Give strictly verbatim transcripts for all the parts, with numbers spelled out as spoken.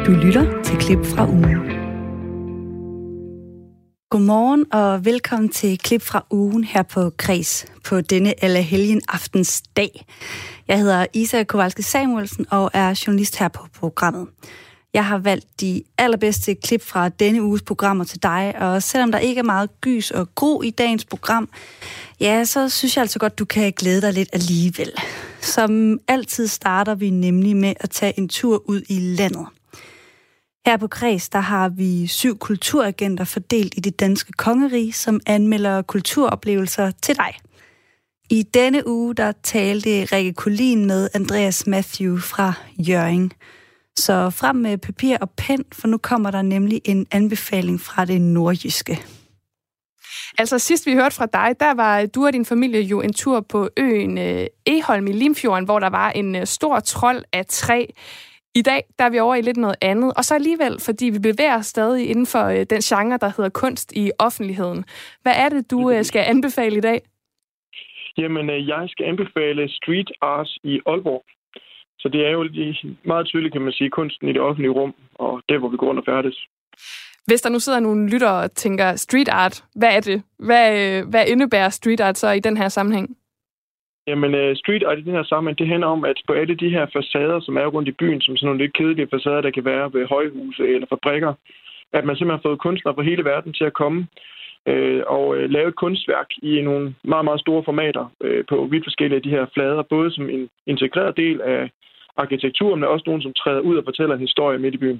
Du lytter til Klip fra ugen. Godmorgen og velkommen til Klip fra ugen her på Kres på denne Allehelgen aftens dag. Jeg hedder Isa Kowalski Samuelsen og er journalist her på programmet. Jeg har valgt de allerbedste klip fra denne uges programmer til dig, og selvom der ikke er meget gys og gro i dagens program, ja, så synes jeg altså godt, du kan glæde dig lidt alligevel. Som altid starter vi nemlig med at tage en tur ud i landet. Her på Kres, der har vi syv kulturagenter fordelt i det danske kongerige, som anmelder kulturoplevelser til dig. I denne uge, der talte Rikke Collin med Andreas Matthew fra Hjørring. Så frem med papir og pen, for nu kommer der nemlig en anbefaling fra det nordjyske. Altså sidst vi hørte fra dig, der var du og din familie jo en tur på øen Egholm i Limfjorden, hvor der var en stor trold af træ. I dag der er vi over i lidt noget andet, og så alligevel, fordi vi bevæger os stadig inden for den genre, der hedder kunst i offentligheden. Hvad er det, du skal anbefale i dag? Jamen, jeg skal anbefale street art i Aalborg. Så det er jo meget tydeligt, kan man sige, kunsten i det offentlige rum, og der, hvor vi går rundt og færdes. Hvis der nu sidder nogle lyttere og tænker, street art, hvad er det? Hvad, hvad indebærer street art så i den her sammenhæng? Jamen, street art i den her sammenhæng, det handler om, at på alle de her facader, som er rundt i byen, som sådan nogle lidt kedelige facader, der kan være ved højhuse eller fabrikker, at man simpelthen har fået kunstnere fra hele verden til at komme øh, og øh, lave et kunstværk i nogle meget, meget store formater øh, på vidt forskellige af de her flader, både som en integreret del af arkitekturen, men også nogen, som træder ud og fortæller en historie midt i byen.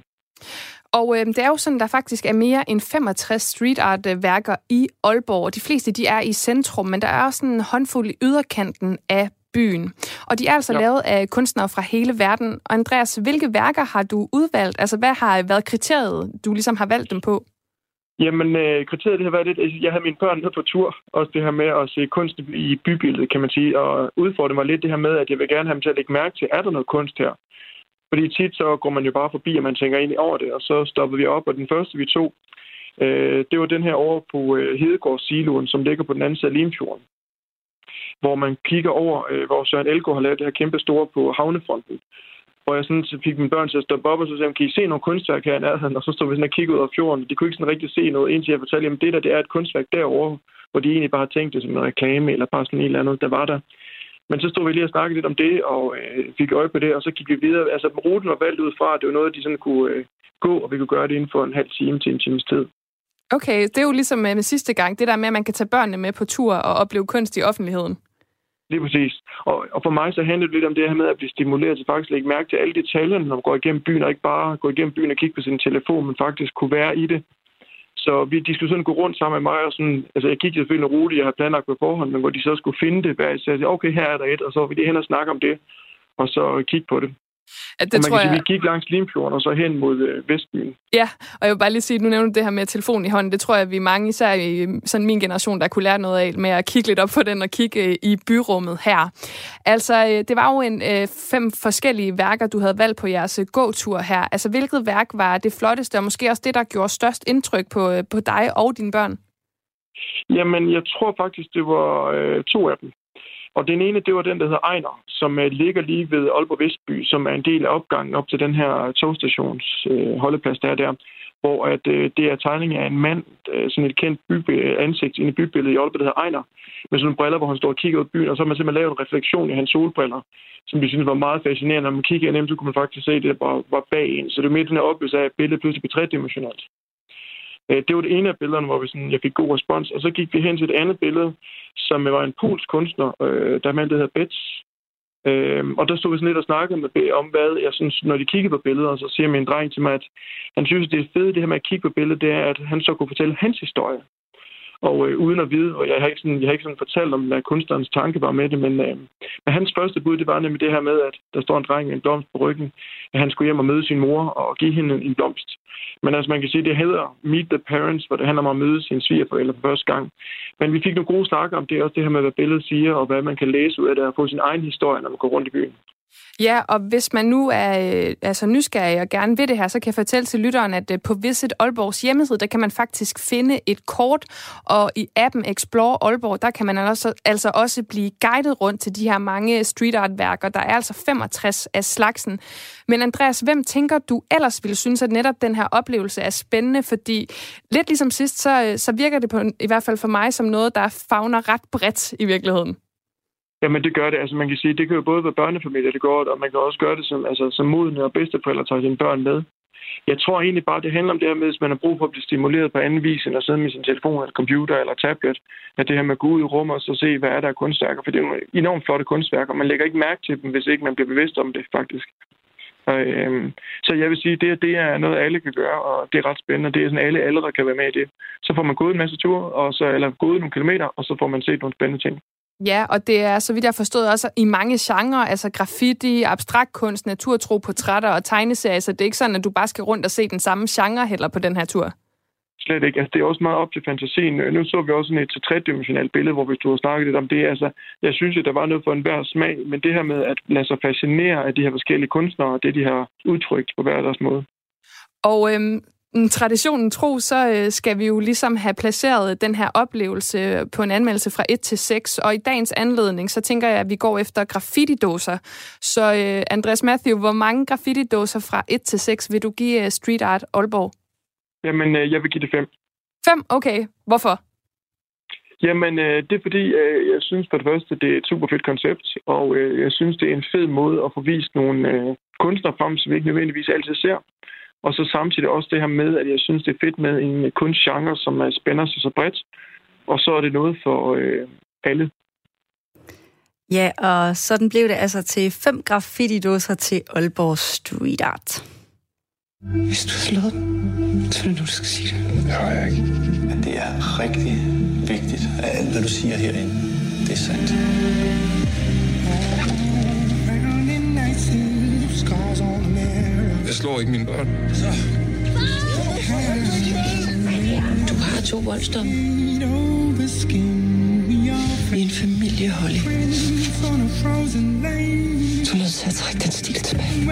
Og øh, det er jo sådan, der faktisk er mere end femogtres street art-værker i Aalborg, og de fleste de er i centrum, men der er også en håndfuld i yderkanten af byen. Og de er altså ja. lavet af kunstnere fra hele verden. Og Andreas, hvilke værker har du udvalgt? Altså, hvad har været kriteriet, du ligesom har valgt dem på? Jamen, øh, kriteriet det har været lidt, jeg havde mine børn med på tur, også det her med at se kunst i bybilledet, kan man sige, og udfordre mig lidt det her med, at jeg vil gerne have dem til at lægge mærke til, er der noget kunst her? Fordi tit så går man jo bare forbi, og man tænker egentlig over det, og så stopper vi op, og den første vi tog, øh, det var den her over på øh, Hedegaard-siloen, som ligger på den anden side af Limfjorden, hvor man kigger over, øh, hvor Søren Elgaard har lavet det her kæmpe store på havnefronten. Hvor jeg sådan, så fik mine børn til at stoppe op, og så sagde, kan I se nogle kunstværk her i nærheden? Og så stod vi sådan og kiggede ud af fjorden. De kunne ikke sådan rigtig se noget, indtil jeg fortalte dem, det der det er et kunstværk derovre, hvor de egentlig bare tænkte det som en reklame, eller bare sådan en eller andet, der var der. Men så stod vi lige og snakkede lidt om det, og øh, fik øje på det, og så gik vi videre. Altså, ruten var valgt ud fra, at det var noget, de sådan kunne øh, gå, og vi kunne gøre det inden for en halv time til en times tid. Okay, det er jo ligesom med, med sidste gang, det der med, at man kan tage børnene med på tur og opleve kunst i offentligheden. Lige præcis. Og, og for mig så handler det lidt om det her med at blive stimuleret til faktisk at lægge mærke til alle detaljerne, når man går igennem byen, og ikke bare gå igennem byen og kigge på sin telefon, men faktisk kunne være i det. Så vi, de skulle sådan gå rundt sammen med mig, og sådan, altså jeg kiggede selvfølgelig en rute, jeg havde planlagt på forhånd, men hvor de så skulle finde det, så jeg sagde, okay, her er der et, og så var vi det hen og snakke om det, og så kigge på det. Ja, det og man tror kan sige, jeg... vi gik langs Limfjorden og så hen mod øh, Vestbyen. Ja, og jeg vil bare lige sige, nu nævner du det her med telefon i hånden, det tror jeg, vi er mange, især i sådan min generation, der kunne lære noget af med at kigge lidt op på den og kigge øh, i byrummet her. Altså, øh, det var jo en øh, fem forskellige værker, du havde valgt på jeres øh, gåtur her. Altså, hvilket værk var det flotteste, og måske også det, der gjorde størst indtryk på, øh, på dig og dine børn? Jamen, jeg tror faktisk, det var øh, to af dem. Og den ene, det var den, der hedder Ejner, som uh, ligger lige ved Aalborg Vestby, som er en del af opgangen op til den her togstations uh, holdeplads, der er der, hvor at, uh, det er tegning af en mand, uh, sådan et kendt by- ansigt inde i bybilledet i Aalborg, der hedder Ejner, med sådan nogle briller, hvor han står og kigger ud i byen, og så har man simpelthen lavet en refleksion i hans solbriller, som vi synes var meget fascinerende. Når man kigger ind, så kunne man faktisk se, at det var, var bag en. Så det var mere den her oplevelse af, at billedet pludselig blev tredimensionelt. Det var det ene af billederne, hvor vi sådan, jeg fik god respons. Og så gik vi hen til et andet billede, som var en polsk kunstner, øh, der man, der hedder Betz. Øh, og der stod vi sådan lidt og snakkede med, om, hvad jeg synes, når de kiggede på billeder, så siger min dreng til mig, at han synes, det er fedt, det her med at kigge på billedet, det er, at han så kunne fortælle hans historie. Og øh, uden at vide, og jeg har ikke sådan, jeg har ikke sådan fortalt om, hvad kunstnerens tanke var med det, men, øh, men hans første bud, det var nemlig det her med, at der står en dreng med en blomst på ryggen, at han skulle hjem og møde sin mor og give hende en blomst. Men altså man kan sige, det hedder Meet the Parents, hvor det handler om at møde sine svigerforældre for første gang. Men vi fik nogle gode snakker om det, også det her med, hvad billedet siger, og hvad man kan læse ud af det, og få sin egen historie, når man går rundt i byen. Ja, og hvis man nu er øh, altså nysgerrig og gerne vil det her, så kan jeg fortælle til lytteren, at øh, på Visit Aalborgs hjemmeside, der kan man faktisk finde et kort, og i appen Explore Aalborg, der kan man altså, altså også blive guidet rundt til de her mange street art-værker. Der er altså femogtres af slagsen. Men Andreas, hvem tænker du ellers ville synes, at netop den her oplevelse er spændende? Fordi lidt ligesom sidst, så, så virker det på, i hvert fald for mig som noget, der favner ret bredt i virkeligheden. Jamen, det gør det. Altså, man kan sige, det kan jo både være børnefamilier, det går, og man kan også gøre det som, altså, som modne og bedsteforældre tager sine børn med. Jeg tror egentlig bare, det handler om det her med, hvis man har brug for at blive stimuleret på anden vis, end at sidde med sin telefon, eller computer eller tablet, at det her med at gå ud i rummet og så se, hvad er der af kunstværker. For det er jo enormt flotte kunstværker. Man lægger ikke mærke til dem, hvis ikke man bliver bevidst om det, faktisk. Og, øhm, så jeg vil sige, det, det er noget, alle kan gøre, og det er ret spændende. Det er sådan, alle aldre kan være med i det. Så får man gået en masse ture, og så, eller gået nogle kilometer, og så får man set nogle spændende ting. Ja, og det er, så vidt jeg har forstået, også i mange genrer, altså graffiti, abstrakt kunst, naturtro, portrætter og tegneserier, så det er ikke sådan, at du bare skal rundt og se den samme genre heller på den her tur. Slet ikke. Altså, det er også meget op til fantasien. Nu så vi også sådan et tredimensionalt billede, hvor vi stod og snakkede lidt om det. Altså, jeg synes jo, der var noget for enhver smag, men det her med at lade sig fascinere af de her forskellige kunstnere, det de har udtrykt på hver deres måde. Og øhm traditionen tro, så øh, skal vi jo ligesom have placeret den her oplevelse på en anmeldelse fra et til seks, og i dagens anledning, så tænker jeg, at vi går efter graffiti-dåser. Så øh, Andreas Matthew, hvor mange graffiti-dåser fra et til seks vil du give uh, Street Art Aalborg? Jamen, øh, jeg vil give det fem. fem? Okay. Hvorfor? Jamen, øh, det er fordi, øh, jeg synes for det første, det er et super fedt koncept, og øh, jeg synes, det er en fed måde at få vist nogle øh, kunstnere frem, som vi ikke nødvendigvis altid ser. Og så samtidig også det her med, at jeg synes, det er fedt med en kunstgenre, som spænder sig så bredt. Og så er det noget for øh, alle. Ja, og sådan blev det altså til fem graffiti-dåser til Aalborg Street Art. Hvis du har slået den, så er det nu, du skal sige det. Det har jeg ikke. Men det er rigtig vigtigt, at alt, hvad du siger herinde, det er sandt. Jeg slår ikke mine børn. Så. Du har to voldsdomme. Vi er en familie, Holly. Du er nødt til at trække den stil tilbage.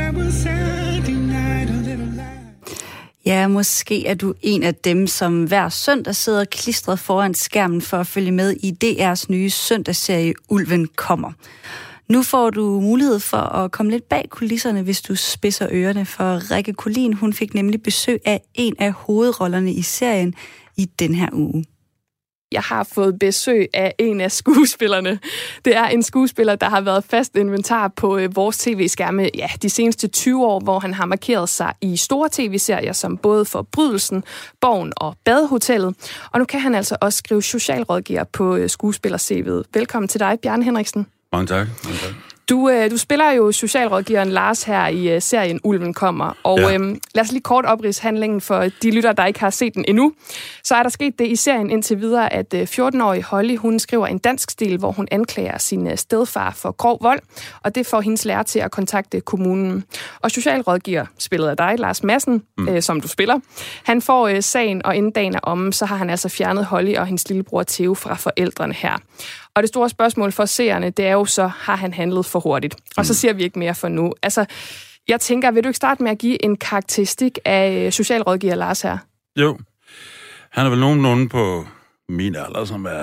Ja, måske er du en af dem, som hver søndag sidder klistret foran skærmen for at følge med i D R's nye søndagsserie Ulven kommer. Nu får du mulighed for at komme lidt bag kulisserne, hvis du spidser ørerne, for Rikke Collin, hun fik nemlig besøg af en af hovedrollerne i serien i den her uge. Jeg har fået besøg af en af skuespillerne. Det er en skuespiller, der har været fast inventar på øh, vores tv-skærme ja, de seneste tyve år, hvor han har markeret sig i store tv-serier som både Forbrydelsen, Borgen og Badehotellet. Og nu kan han altså også skrive socialrådgiver på øh, skuespiller-C V'et. Velkommen til dig, Bjarne Henriksen. Mange tak. Mange tak. Du, øh, du spiller jo socialrådgiveren Lars her i øh, serien Ulven kommer, og ja. øh, lad os lige kort opridse handlingen for de lyttere, der ikke har set den endnu. Så er der sket det i serien indtil videre, at øh, fjorten-årige Holly, hun skriver en dansk stil, hvor hun anklager sin øh, stedfar for grov vold, og det får hendes lærer til at kontakte kommunen. Og socialrådgiver, spillet af dig, Lars Madsen, mm. øh, som du spiller, han får øh, sagen, og inden dagen er omme, så har han altså fjernet Holly og hendes lillebror Theo fra forældrene her. Og det store spørgsmål for seerne, det er jo så, har han handlet for hurtigt? Og så siger vi ikke mere for nu. Altså, jeg tænker, vil du ikke starte med at give en karakteristik af socialrådgiver Lars her? Jo. Han er vel nogenlunde på min alder, som er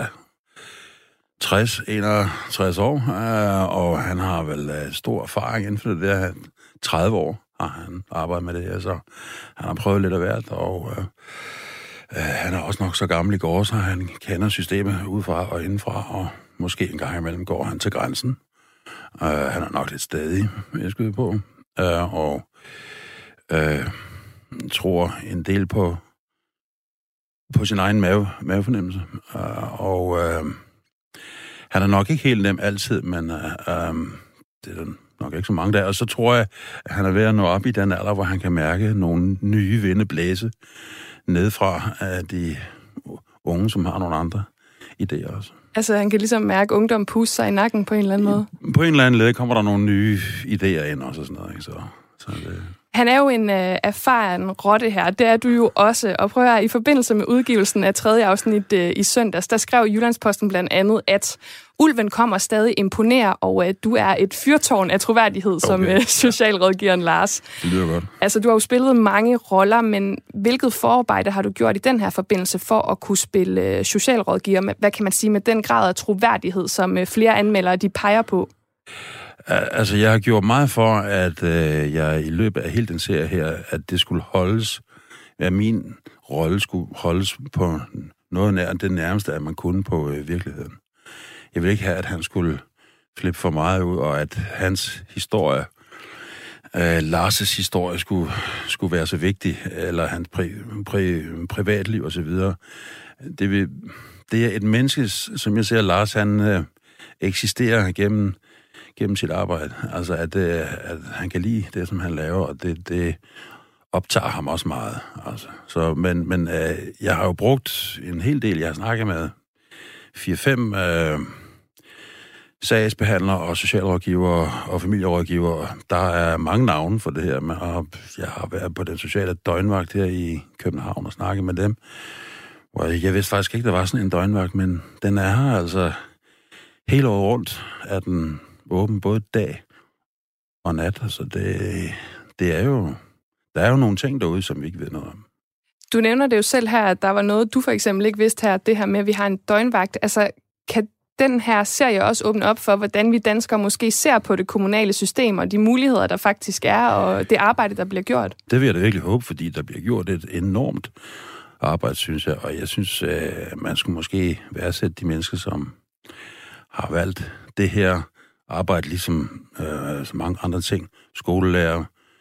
tres til enogtres år, og han har vel stor erfaring inden for det der tredive år, har han arbejdet med det her, så han har prøvet lidt af hvert, og øh, øh, han er også nok så gammel i går, så han kender systemet udefra og indenfra, og måske en gang imellem går han til grænsen. Uh, han er nok lidt stadig, jeg skyder på, uh, og uh, tror en del på på sin egen mave, mavefornemmelse. Uh, og uh, han er nok ikke helt nem altid, men uh, um, det er nok ikke så mange dage. Og så tror jeg, at han er ved at nå op i den alder, hvor han kan mærke nogle nye vinde blæse nedefra af de unge, som har nogle andre idéer også. Altså, han kan ligesom mærke ungdom puste sig i nakken på en eller anden måde? På en eller anden led kommer der nogle nye idéer ind også og sådan noget, ikke? Så, Så det... Han er jo en øh, erfaren rotte her, det er du jo også. Og prøv at høre, i forbindelse med udgivelsen af tredje afsnit øh, i søndags, der skrev Jyllandsposten blandt andet, at ulven kommer stadig imponerer, og at du er et fyrtårn af troværdighed, okay, som øh, socialrådgiveren Lars. Det lyder godt. Altså, du har jo spillet mange roller, men hvilket forarbejde har du gjort i den her forbindelse for at kunne spille øh, socialrådgiver? Hvad kan man sige med den grad af troværdighed, som øh, flere anmeldere de peger på? Altså, jeg har gjort meget for, at øh, jeg i løbet af hele den serie her, at det skulle holdes, at min rolle skulle holdes på noget nær det nærmeste, at man kunne på øh, virkeligheden. Jeg vil ikke have, at han skulle flippe for meget ud, og at hans historie, øh, Lars' historie, skulle, skulle være så vigtig, eller hans pri- pri- privatliv og så videre. Det, vil, det er et menneske, som jeg ser, Lars, han øh, eksisterer gennem gennem sit arbejde. Altså, at, at han kan lide det, som han laver, og det, det optager ham også meget. Altså. Så, men men øh, jeg har jo brugt en hel del. Jeg har snakket med fire-fem øh, sagsbehandlere og socialrådgivere og familierådgivere. Der er mange navne for det her. Og jeg har været på den sociale døgnvagt her i København og snakket med dem. Hvor jeg vidste faktisk ikke, der var sådan en døgnvagt, men den er her altså hele året rundt, er den åben både dag og nat. Altså det, det er jo, der er jo nogle ting derude, som vi ikke ved noget om. Du nævner det jo selv her, at der var noget, du for eksempel ikke vidste her, det her med, at vi har en døgnvagt. Altså, kan den her serie også åbne op for, hvordan vi danskere måske ser på det kommunale system, og de muligheder, der faktisk er, og det arbejde, der bliver gjort? Det vil jeg da virkelig håbe, fordi der bliver gjort et enormt arbejde, synes jeg. Og jeg synes, at man skulle måske værdsætte de mennesker, som har valgt det her arbejde, ligesom øh, så mange andre ting. Skolelærer,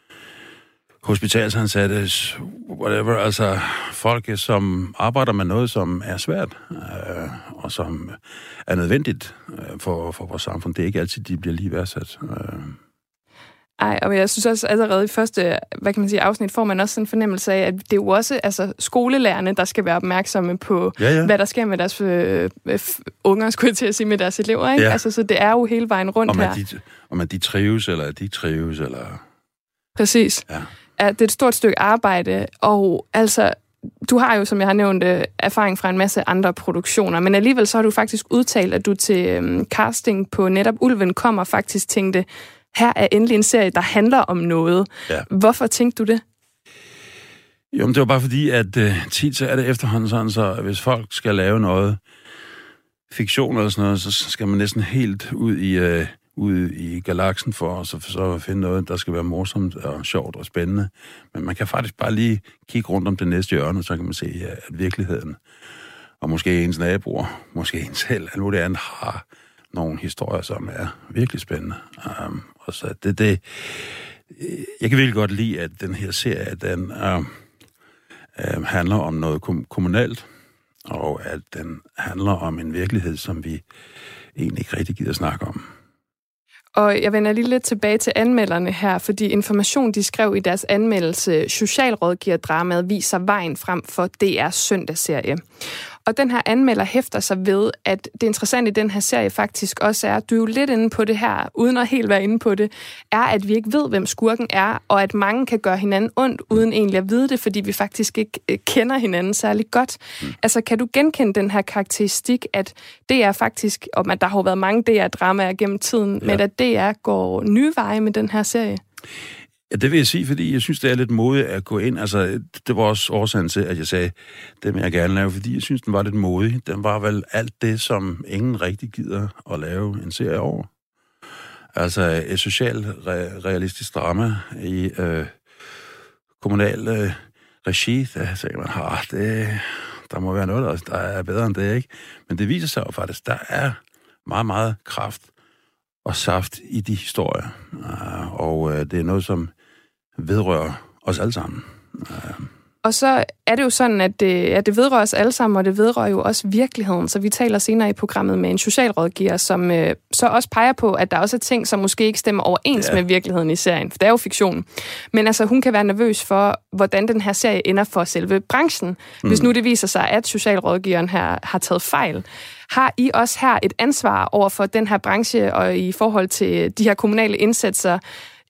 hospitalsansatte, whatever. Altså folk, som arbejder med noget, som er svært, øh, og som er nødvendigt øh, for, for vores samfund. Det er ikke altid, de bliver lige værdsat. Øh. Ej, og jeg synes også allerede i første, hvad kan man sige, afsnit får man også en fornemmelse af, at det er jo også altså, skolelærerne, der skal være opmærksomme på, ja, ja. hvad der sker med deres øh, unger, skulle jeg til at sige, med deres elever, ikke? Ja. Altså, så det er jo hele vejen rundt om, her. At de, om at de trives, eller at de trives, eller... Præcis. Ja. Ja, det er et stort stykke arbejde, og altså, du har jo, som jeg har nævnt, erfaring fra en masse andre produktioner, men alligevel så har du faktisk udtalt, at du til øhm, casting på netop Ulven kommer faktisk tænkte, her er endelig en serie, der handler om noget. Ja. Hvorfor tænkte du det? Jo, men det var bare fordi, at øh, tit så er det efterhånden sådan, så hvis folk skal lave noget fiktion eller sådan noget, så skal man næsten helt ud i, øh, ud i galaksen for så, for så at finde noget, der skal være morsomt og sjovt og spændende. Men man kan faktisk bare lige kigge rundt om det næste hjørne, så kan man se, ja, at virkeligheden, og måske ens naboer, måske ens selv, eller det andet, har nogle historier, som er virkelig spændende. Um, og så det, det, jeg kan virkelig godt lide, at den her serie, den uh, uh, handler om noget kom- kommunalt, og at den handler om en virkelighed, som vi egentlig ikke rigtig gider snakke om. Og jeg vender lige lidt tilbage til anmelderne her, fordi Information, de skrev i deres anmeldelse, Socialrådgiverdramaet viser vejen frem for D R's søndagsserie. Og den her anmelder hæfter sig ved, at det interessante i den her serie faktisk også er, du er jo lidt inde på det her, uden at helt være inde på det, er, at vi ikke ved, hvem skurken er, og at mange kan gøre hinanden ondt, uden egentlig at vide det, fordi vi faktisk ikke kender hinanden særlig godt. Mm. Altså, kan du genkende den her karakteristik, at det er faktisk, om at der har været mange D R-dramaer gennem tiden, ja. men at D R går nye veje med den her serie? Ja, det vil jeg sige, fordi jeg synes, det er lidt modigt at gå ind. Altså, det var også årsagen til, at jeg sagde, det vil jeg gerne lave, fordi jeg synes, den var lidt modig. Den var vel alt det, som ingen rigtig gider at lave en serie over. Altså, et socialt re- realistisk drama i øh, kommunal øh, regi, der tænker man, ah, det, der må være noget, der er bedre end det, ikke? Men det viser sig jo faktisk, der er meget, meget kraft og saft i de historier. Og øh, det er noget, som vedrører os alle sammen. Og så er det jo sådan, at det, at det vedrører os alle sammen, og det vedrører jo også virkeligheden. Så vi taler senere i programmet med en socialrådgiver, som øh, så også peger på, at der også er ting, som måske ikke stemmer overens ja. med virkeligheden i serien, for det er jo fiktion. Men altså, hun kan være nervøs for, hvordan den her serie ender for selve branchen, mm. hvis nu det viser sig, at socialrådgiveren her har taget fejl. Har I også her et ansvar over for den her branche, og i forhold til de her kommunale indsatser,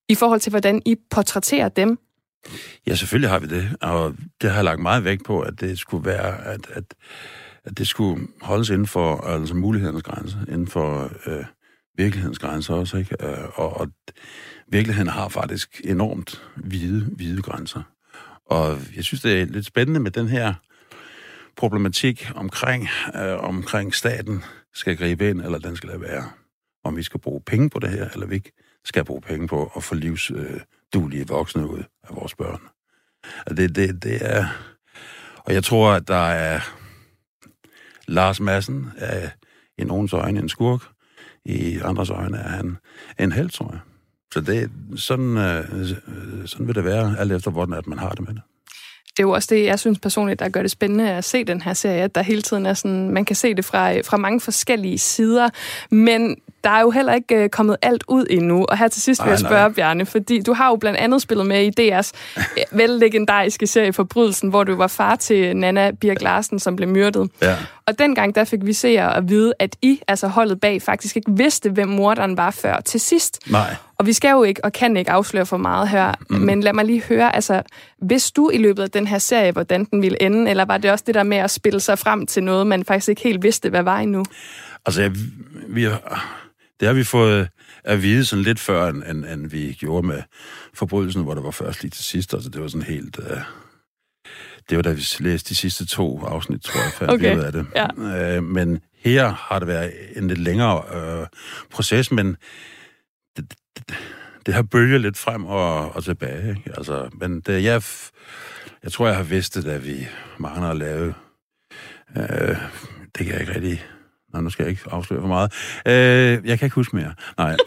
i forhold til, hvordan I portrætterer dem? Ja, selvfølgelig har vi det, og det har jeg lagt meget vægt på, at det skulle være, at, at, at det skulle holdes inden for altså mulighedens grænser, inden for øh, virkelighedens grænser også, ikke? Og, og virkeligheden har faktisk enormt hvide, hvide grænser. Og jeg synes, det er lidt spændende med den her problematik omkring, øh, omkring staten skal gribe ind, eller den skal lade være. Om vi skal bruge penge på det her, eller vi ikke skal bruge penge på at få livsduelige øh, voksne ud af vores børn. Og det, det, det er... Og jeg tror, at der er... Lars Madsen er i nogens øjne en skurk, i andres øjne er han en helt, tror jeg. Så det, sådan, øh, sådan vil det være, alt efter hvordan at man har det med det. Det er jo også det, jeg synes personligt, der gør det spændende at se den her serie, at der hele tiden er sådan, man kan se det fra, fra mange forskellige sider, men der er jo heller ikke kommet alt ud endnu. Og her til sidst vil jeg spørge, Bjarne, fordi du har jo blandt andet spillet med i D R's vel legendariske serie Forbrydelsen, hvor du var far til Nanna Birk Larsen, som blev myrdet. Ja. Og dengang der fik vi seere at vide, at I, altså holdet bag, faktisk ikke vidste, hvem morderen var før til sidst. Nej. Og vi skal jo ikke og kan ikke afsløre for meget her, mm. men lad mig lige høre, altså, vidste du i løbet af den her serie, hvordan den ville ende, eller var det også det der med at spille sig frem til noget, man faktisk ikke helt vidste, hvad var endnu? Altså, jeg, vi har, det har vi fået at vide sådan lidt før, end, end, end vi gjorde med Forbrydelsen, hvor det var først lige til sidst, altså det var sådan helt... Uh, det var da vi læste de sidste to afsnit, tror jeg, fandt okay. ud af det. Ja. Uh, men her har det været en lidt længere uh, proces, men... Det, det, det har bølget lidt frem og, og tilbage, ikke? Altså, men det, jeg, jeg tror, jeg har vidst det, da vi mangler at lave. Øh, det kan jeg ikke rigtig... Nå, nu skal jeg ikke afsløre for meget. Øh, jeg kan ikke huske mere. Nej.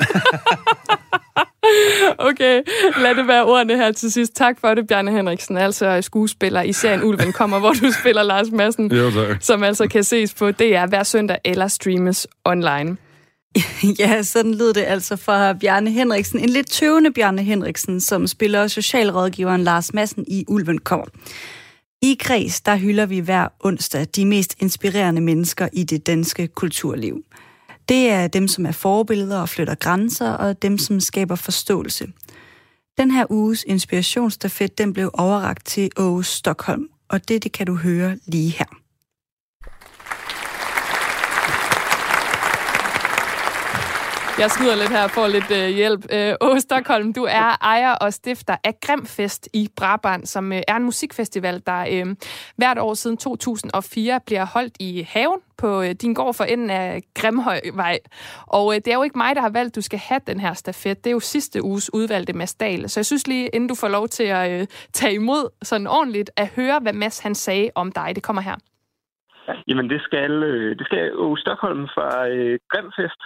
Okay, lad det være ordene her til sidst. Tak for det, Bjarne Henriksen, altså skuespiller i serien Ulven kommer, hvor du spiller Lars Madsen, jo, som altså kan ses på D R hver søndag eller streames online. Ja, sådan lød det altså fra Bjarne Henriksen. En lidt tøvende Bjarne Henriksen, som spiller socialrådgiveren Lars Madsen i Ulven kommer. I Kreds, der hylder vi hver onsdag de mest inspirerende mennesker i det danske kulturliv. Det er dem, som er forbilleder og flytter grænser, og dem, som skaber forståelse. Den her uges inspirationsstafet, den blev overrakt til Aage Stockholm, og det, det kan du høre lige her. Jeg skyder lidt her for lidt øh, hjælp. Øh, Aage Stockholm, du er ejer og stifter af Grimfest i Brabrand, som øh, er en musikfestival, der øh, hvert år siden to tusind og fire bliver holdt i haven på øh, din gård for enden af Grimhøjvej. Og øh, det er jo ikke mig, der har valgt, at du skal have den her stafet. Det er jo sidste uges udvalgte Mads Dahl. Så jeg synes lige, inden du får lov til at øh, tage imod sådan ordentligt, at høre, hvad Mads han sagde om dig. Det kommer her. Jamen, det skal, øh, det skal Aage Stockholm fra øh, Grimfest.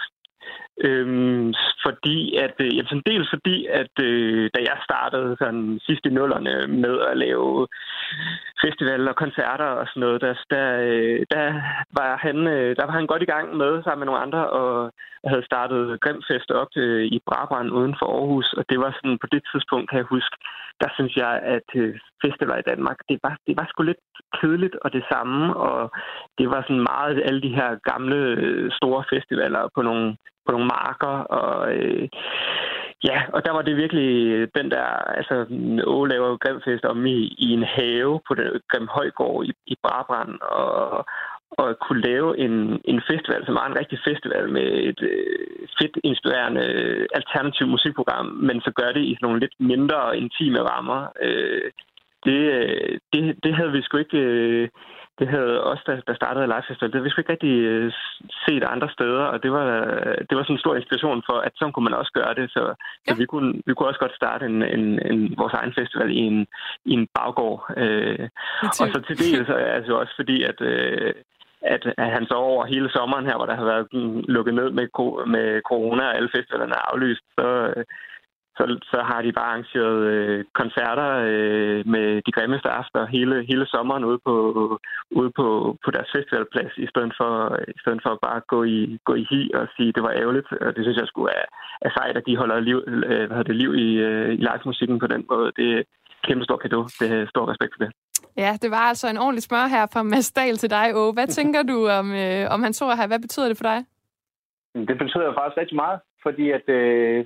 Øhm, fordi at, øh, jamen, dels fordi, at øh, da jeg startede sådan sidst i nullerne med at lave festivaler og koncerter og sådan noget, der, der, der, var han, der var han godt i gang med sammen med nogle andre, og havde startet Grimfest op øh, i Brabrand uden for Aarhus, og det var sådan, på det tidspunkt, kan jeg huske, der synes jeg, at øh, festivaler i Danmark, det var, det var sgu lidt kedeligt og det samme, og det var sådan meget alle de her gamle store festivaler på nogle på nogle marker, og øh, ja, og der var det virkelig den der, altså Aage laver Grimfest om i, i en have på den Grimhøjgård i, i Brabrand, og, og kunne lave en, en festival, som var en rigtig festival med et øh, fedt, inspirerende, alternativt musikprogram, men så gør det i sådan nogle lidt mindre intime rammer. Øh, det, det, det havde vi sgu ikke... Øh, Det havde også, der startede Live Festival, det havde vi sgu ikke rigtig uh, set andre steder, og det var, det var sådan en stor inspiration for, at sådan kunne man også gøre det, så, ja. så vi, kunne, vi kunne også godt starte en, en, en, vores egen festival i en, i en baggård. Uh, og så til det så altså også fordi, at, uh, at, at han så over hele sommeren her, hvor der har været lukket ned med, med corona, og alle festivalerne er aflyst, så... Uh, Så, så har de bare arrangeret øh, koncerter øh, med de grimmeste aftener hele, hele sommeren ude, på, ude på, på deres festivalplads, i stedet for, i stedet for bare at gå i, gå i hi og sige, at det var ærgerligt. Og det synes jeg skulle er, er sejt, at de holder liv, øh, hvad det, liv i, øh, i live-musikken på den måde. Det er kæmpe stor cadeau. Det er stor respekt for det. Ja, det var altså en ordentlig smør her fra Mads Dahl til dig, Aage. Hvad tænker du om, øh, om hans ord her? Hvad betyder det for dig? Det betyder faktisk rigtig meget, fordi at... Øh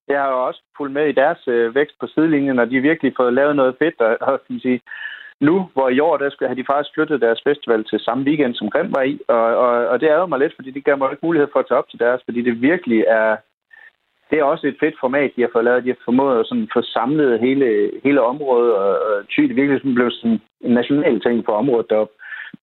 jeg har jo også fulgt med i deres øh, vækst på sidelinjen, og de har virkelig fået lavet noget fedt, og, og kan sige, nu, hvor i år, der skal, har de faktisk flyttet deres festival til samme weekend, som Grim var i, og, og, og det ærger mig lidt, fordi det gav mig ikke mulighed for at tage op til deres, fordi det virkelig er, det er også et fedt format, de har fået lavet. De har formået at sådan få samlet hele, hele området, og, og Thy, det virkelig sådan blev sådan en national ting på området deroppe.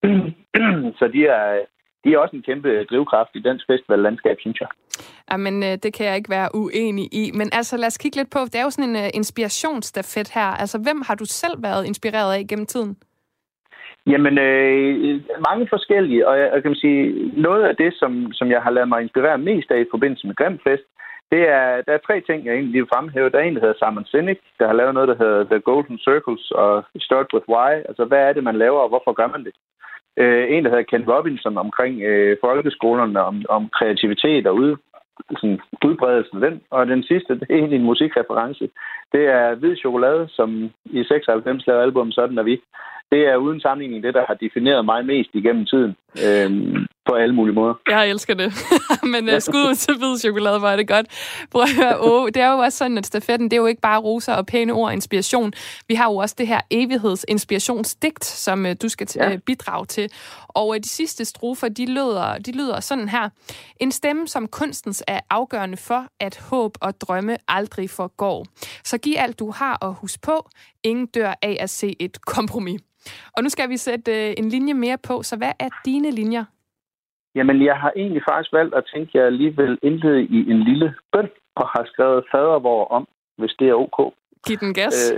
Så de er, de er også en kæmpe drivkraft i dansk festivallandskab, synes jeg. Jamen, det kan jeg ikke være uenig i. Men altså, lad os kigge lidt på, det er jo sådan en uh, inspirationsstafet her. Altså, hvem har du selv været inspireret af gennem tiden? Jamen, øh, mange forskellige, og jeg, jeg kan sige, noget af det, som, som jeg har ladet mig inspirere mest af i forbindelse med Grimfest, det er, der er tre ting, jeg egentlig vil fremhæve. Der er en, der hedder Simon Sinek, der har lavet noget, der hedder The Golden Circles og Start With Why. Altså, hvad er det, man laver, og hvorfor gør man det? Øh, en, der hedder Ken Robinson omkring øh, folkeskolerne, om, om kreativitet og ud, sådan, udbredelsen af den. Og den sidste, det er egentlig en musikreference. Det er Hvid Chokolade, som i seksoghalvfems lavede album Sådan er vi. Det er uden sammenligning det, der har defineret mig mest igennem tiden. Øhm, på alle mulige måder. Jeg elsker det. Men uh, skud ud til Hvid Chokolade, hvor er det godt. Prøv at høre, oh, det er jo også sådan, at stafetten, det er jo ikke bare roser og pæne ord og inspiration. Vi har jo også det her evighedsinspirationsdigt, som uh, du skal t- ja. bidrage til. Og uh, de sidste strofer, de lyder, de lyder sådan her. En stemme som kunstens er afgørende for, at håb og drømme aldrig forgår. Så giv alt du har og husk på, ingen dør af at se et kompromis. Og nu skal vi sætte uh, en linje mere på, så hvad er dine linjer? Jamen, jeg har egentlig faktisk valgt at tænke, at jeg alligevel indlede i en lille bøn, og har skrevet fadervor om, hvis det er ok. Giv den gas.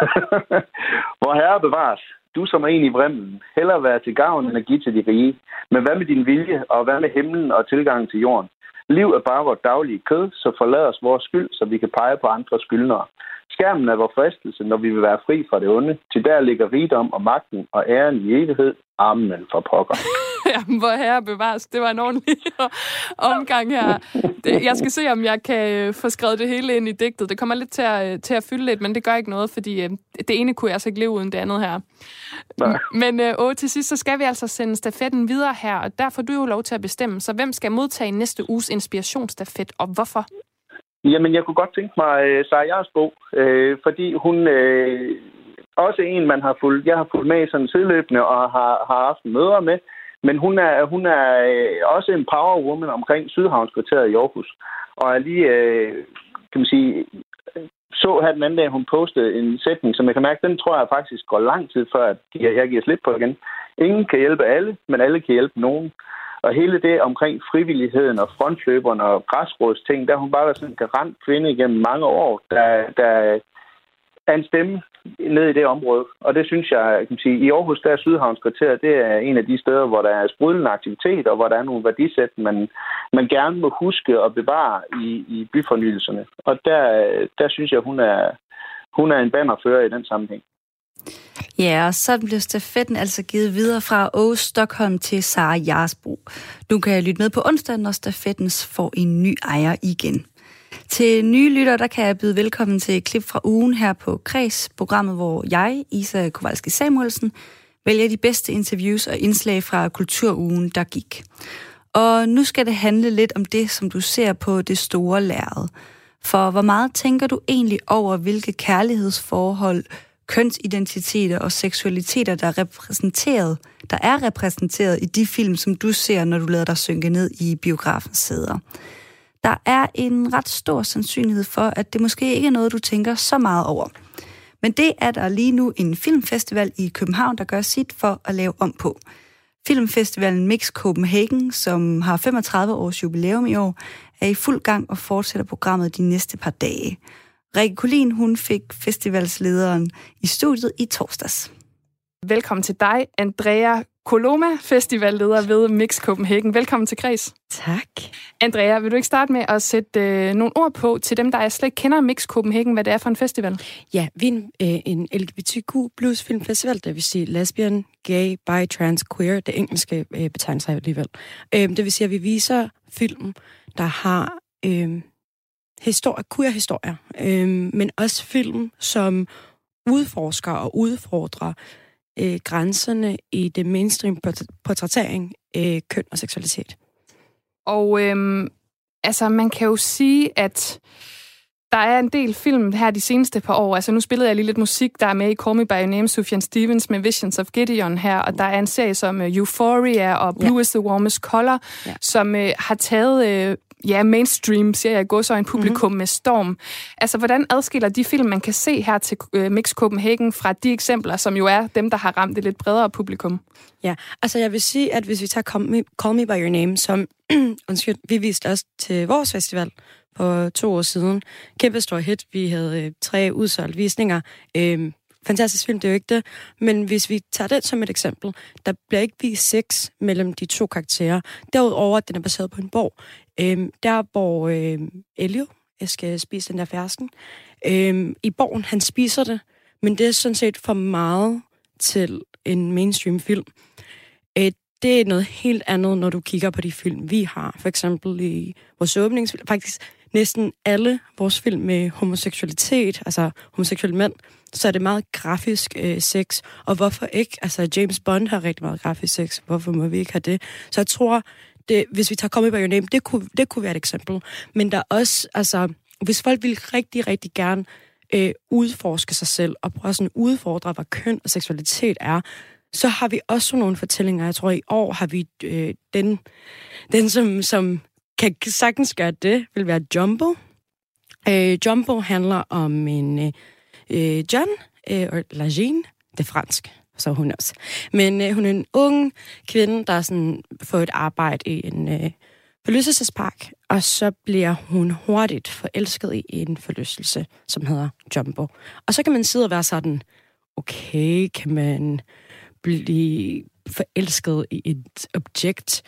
Hvor herre bevares, du som er en i vrimlen, hellere være til gavn end at give til de rige. Men hvad med din vilje, og hvad med himlen og tilgang til jorden? Liv er bare vores daglige kød, så forlad os vores skyld, så vi kan pege på andre skyldnere. Skærmen er vores fristelse, når vi vil være fri fra det onde. Til der ligger rigdom og magten og æren i evighed. Amen for pokker. Jamen, hvor herre bevares. Det var en ordentlig omgang her. Det, jeg skal se, om jeg kan få skrevet det hele ind i digtet. Det kommer lidt til at, til at fylde lidt, men det gør ikke noget, fordi det ene kunne jeg altså ikke leve uden det andet her. Nej. Men åh, til sidst, så skal vi altså sende stafetten videre her, og der får du jo lov til at bestemme. Så hvem skal modtage næste uges inspirationsstafet, og hvorfor? Jamen, jeg kunne godt tænke mig Sara Jarsbo, øh, fordi hun øh, også en, man har fulgt, jeg har fulgt med i sådan sideløbende og har, har haft møder med, men hun er, hun er øh, også en power woman omkring Sydhavnskvarteret i Aarhus, og er lige, øh, kan man sige, så her den anden dag, hun postede en sætning, som jeg kan mærke, den tror jeg faktisk går lang tid før, at jeg giver slip på igen. Ingen kan hjælpe alle, men alle kan hjælpe nogen. Og hele det omkring frivilligheden og frontløberne og græsrådsting, der hun bare været sådan en garant kvinde igennem mange år, der, der er en stemme ned i det område. Og det synes jeg, jeg kan sige, i Aarhus, der er Sydhavnskvarteret, det er en af de steder, hvor der er sprudlende aktivitet, og hvor der er nogle værdisæt, man, man gerne må huske og bevare i, i byfornyelserne. Og der, der synes jeg, hun er, hun er en bannerfører i den sammenhæng. Ja, og så blev stafetten altså givet videre fra Aarhus Stockholm til Sara Jarsbo. Du kan lytte med på onsdag, når stafetten får en ny ejer igen. Til nye lyttere, der kan jeg byde velkommen til et klip fra ugen her på Kreds, programmet, hvor jeg, Isa Kowalski Samuelsen, vælger de bedste interviews og indslag fra kulturugen, der gik. Og nu skal det handle lidt om det, som du ser på det store lærred. For hvor meget tænker du egentlig over, hvilke kærlighedsforhold, kønsidentiteter og seksualiteter, der er repræsenteret, der er repræsenteret i de film, som du ser, når du lader dig synke ned i biografens sæder. Der er en ret stor sandsynlighed for, at det måske ikke er noget, du tænker så meget over. Men det er der lige nu en filmfestival i København, der gør sit for at lave om på. Filmfestivalen Mix Copenhagen, som har femogtredive års jubilæum i år, er i fuld gang og fortsætter programmet de næste par dage. Rikke Collin, hun fik festivalslederen i studiet i torsdags. Velkommen til dig, Andrea Coloma, festivalleder ved Mix Copenhagen. Velkommen til Kreds. Tak. Andrea, vil du ikke starte med at sætte øh, nogle ord på til dem, der slet ikke kender Mix Copenhagen, hvad det er for en festival? Ja, vi er en, øh, en L G B T Q plus filmfestival, det vil sige lesbian, gay, bi, trans, queer, det engelske øh, betegnelser alligevel. Øh, det vil sige, at vi viser film, der har øh, historie, queer-historier, øh, men også film, som udforsker og udfordrer øh, grænserne i det mainstream portrættering, øh, køn og seksualitet. Og øhm, altså, man kan jo sige, at Der er en del film her de seneste par år. Altså nu spillede jeg lige lidt musik, der er med i Call Me By Your Name, Sufjan Stevens med Visions of Gideon her, og der er en serie som uh, Euphoria og Blue yeah. is the Warmest Color, yeah. som uh, har taget uh, ja, mainstream, siger jeg i gåseøjne, publikum mm-hmm. med storm. Altså hvordan adskiller de film, man kan se her til uh, Mix Copenhagen fra de eksempler, som jo er dem, der har ramt det lidt bredere publikum? Ja, altså jeg vil sige, at hvis vi tager Call Me, Call Me By Your Name, som undskyld, vi viste også til vores festival for to år siden. Kæmpe stor hit. Vi havde øh, tre udsolgt visninger. Øhm, fantastisk film, det er jo ikke det. Men hvis vi tager den som et eksempel, der bliver ikke vist sex mellem de to karakterer. Derudover, at den er baseret på en bog. Øhm, der, hvor øh, Elio jeg skal spise den der fersken. Øhm, I bogen, han spiser det, men det er sådan set for meget til en mainstream film. Øh, det er noget helt andet, når du kigger på de film, vi har. For eksempel i vores åbningsfilm. Faktisk næsten alle vores film med homoseksualitet, altså homoseksuelle mænd, så er det meget grafisk øh, sex. Og hvorfor ikke? Altså James Bond har rigtig meget grafisk sex. Hvorfor må vi ikke have det? Så jeg tror, det, hvis vi tager Call Me By Your Name, det kunne, det kunne være et eksempel. Men der er også, altså, hvis folk vil rigtig, rigtig gerne øh, udforske sig selv, og prøve sådan udfordre, hvad køn og seksualitet er, så har vi også nogle fortællinger. Jeg tror, i år har vi øh, den, den som, som kan sagtens gøre det, vil være Jumbo. Øh, Jumbo handler om en øh, John, øh, eller Jean, det er fransk, så hun også. Men øh, hun er en ung kvinde, der sådan får et arbejde i en øh, forlystelsespark, og så bliver hun hurtigt forelsket i en forlystelse, som hedder Jumbo. Og så kan man sidde og være sådan, okay, kan man blive forelsket i et objekt?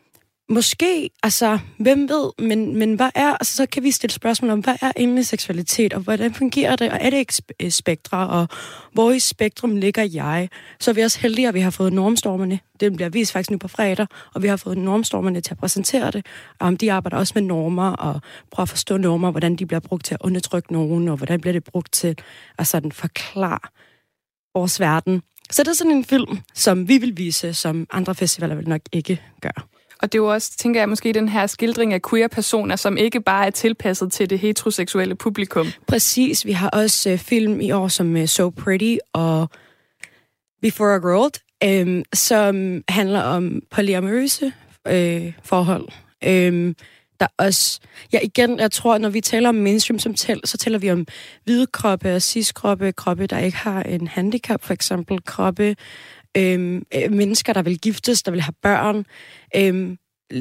Måske, altså, hvem ved, men, men hvad er, altså, så kan vi stille spørgsmål om, hvad er egentlig seksualitet, og hvordan fungerer det, og er det ikke spektre, og hvor i spektrum ligger jeg? Så er vi også heldige, at vi har fået normstormerne. Det bliver vist faktisk nu på fredag, og vi har fået normstormerne til at præsentere det. Um, de arbejder også med normer, og prøver at forstå normer, hvordan de bliver brugt til at undertrykke nogen, og hvordan bliver det brugt til at sådan forklare vores verden. Så det er sådan en film, som vi vil vise, som andre festivaler vil nok ikke gøre. Og det er jo også, tænker jeg, måske den her skildring af queer-personer, som ikke bare er tilpasset til det heteroseksuelle publikum. Præcis. Vi har også uh, film i år som uh, So Pretty og Before a Girl, um, som handler om polyamorøse uh, forhold. Um, der også, ja igen, jeg tror, når vi taler om mainstream, som tæl, så taler vi om hvide kroppe og cis-kroppe, kroppe, der ikke har en handicap, for eksempel kroppe, Øhm, mennesker, der vil giftes, der vil have børn. Øhm,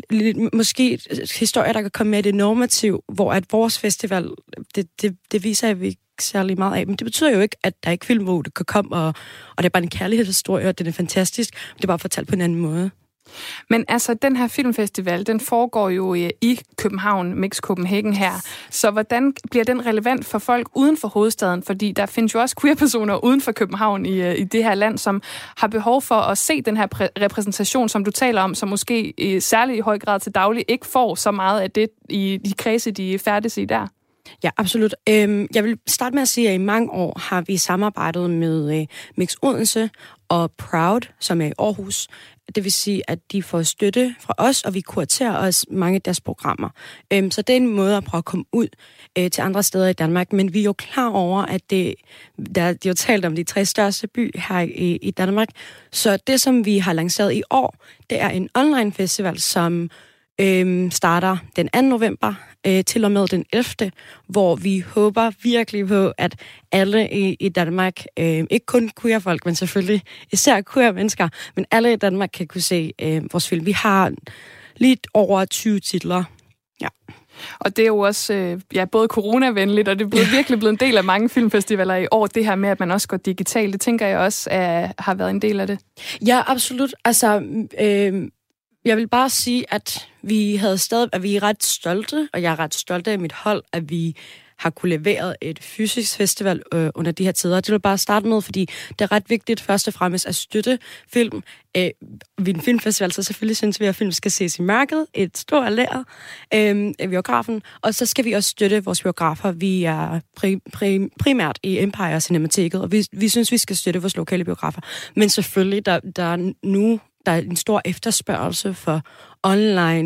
måske historier, der kan komme med det normativ, hvor at vores festival, det, det, det viser jeg, vi ikke særlig meget af. Men det betyder jo ikke, at der ikke film, hvor det kan komme, og, og det er bare en kærlighedshistorie, og den er fantastisk. Det er bare fortalt på en anden måde. Men altså, den her filmfestival, den foregår jo i København, Mix Copenhagen her. Så hvordan bliver den relevant for folk uden for hovedstaden? Fordi der findes jo også queer-personer uden for København i, i det her land, som har behov for at se den her præ- repræsentation, som du taler om, som måske i særlig i høj grad til daglig ikke får så meget af det i de kredse, de færdes i der. Ja, absolut. Øhm, jeg vil starte med at sige, at i mange år har vi samarbejdet med øh, Mix Odense og Proud, som er i Aarhus. Det vil sige, at de får støtte fra os, og vi kuraterer også mange af deres programmer. Øhm, så det er en måde at prøve at komme ud øh, til andre steder i Danmark. Men vi er jo klar over, at det, der, de har talt om de tre største byer her i, i Danmark. Så det, som vi har lanceret i år, det er en online festival, som Øhm, starter den anden november øh, til og med den ellevte, hvor vi håber virkelig på, at alle i, i Danmark, øh, ikke kun queer folk, men selvfølgelig især queer mennesker, men alle i Danmark kan kunne se øh, vores film. Vi har lidt over tyve titler. Ja. Og det er jo også øh, ja, både coronavenligt, og det er blevet, virkelig blevet en del af mange filmfestivaler i år. Det her med, at man også går digitalt, det tænker jeg også er, har været en del af det. Ja, absolut. Altså, øh, jeg vil bare sige, at vi havde stadig, at vi er ret stolte, og jeg er ret stolt af mit hold, at vi har kunne levere et fysisk festival øh, under de her tider. Det vil bare starte med, fordi det er ret vigtigt først og fremmest at støtte film. Øh, vi er en filmfestival, så selvfølgelig synes vi, at film skal ses i mørket, et stort lær øh, af biografen, og så skal vi også støtte vores biografer. Vi er pri, pri, primært i Empire Cinemateket, og vi, vi synes, vi skal støtte vores lokale biografer. Men selvfølgelig, der, der er nu der er en stor efterspørgsel for online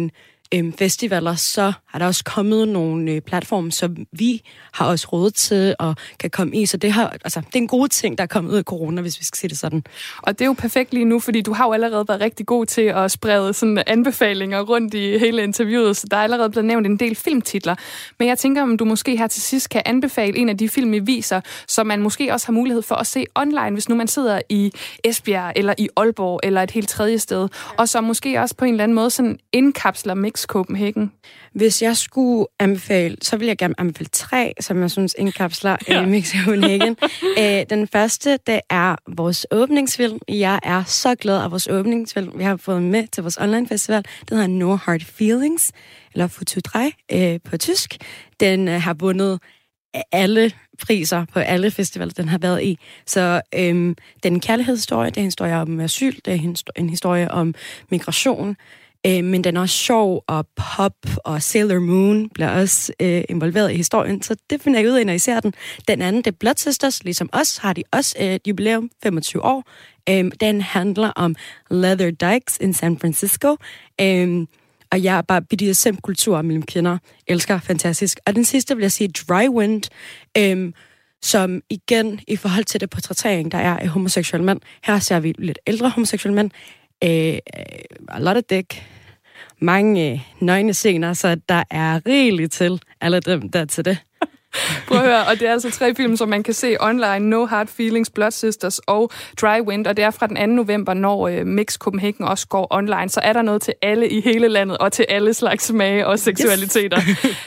øhm, festivaler, så har der også kommet nogle øh, platforme, som vi har også råd til og kan komme i. Så det, har, altså, det er en god ting, der er kommet ud af corona, hvis vi skal sige det sådan. Og det er jo perfekt lige nu, fordi du har jo allerede været rigtig god til at sprede sådan anbefalinger rundt i hele interviewet, så der er allerede blevet nævnt en del filmtitler. Men jeg tænker, om du måske her til sidst kan anbefale en af de film, I viser, som man måske også har mulighed for at se online, hvis nu man sidder i Esbjerg eller i Aalborg eller et helt tredje sted, og som måske også på en eller anden måde sådan indkapsler Mix Copenhagen. Hvis jeg skulle anbefale, så vil jeg gerne anbefale tre, som jeg synes indkapsler ja. Mix Copenhagen. Æ, den første, det er vores åbningsfilm. Jeg er så glad af vores åbningsfilm. Vi har fået med til vores online festival. Den hedder No Hard Feelings, eller Futur tre øh, på tysk. Den øh, har vundet alle priser på alle festivaler, den har været i. Så øhm, det er en kærlighedshistorie, det er en historie om asyl, det er en historie om migration, øh, men den er også sjov, og pop og Sailor Moon bliver også øh, involveret i historien, så det finder jeg ud af, når I ser den. Den anden, det er Blood Sisters, ligesom os, har de også et øh, jubilæum, femogtyve år. Øh, den handler om leather dykes in San Francisco, øh, og jeg er bare B D S M-kultur mellem kvinder. Elsker, fantastisk. Og den sidste vil jeg sige Dry Wind, øhm, som igen, i forhold til det portrættering, der er af homoseksuelle mænd. Her ser vi lidt ældre homoseksuelle mænd. Øh, a lot of dick. Mange øh, nøgne scener, så der er rigeligt til alle dem, der er til det. Prøv at høre, og det er altså tre film, som man kan se online. No Hard Feelings, Blood Sisters og Dry Wind, og det er fra den anden november, når øh, Mix Copenhagen også går online. Så er der noget til alle i hele landet, og til alle slags smage og seksualiteter. Yes.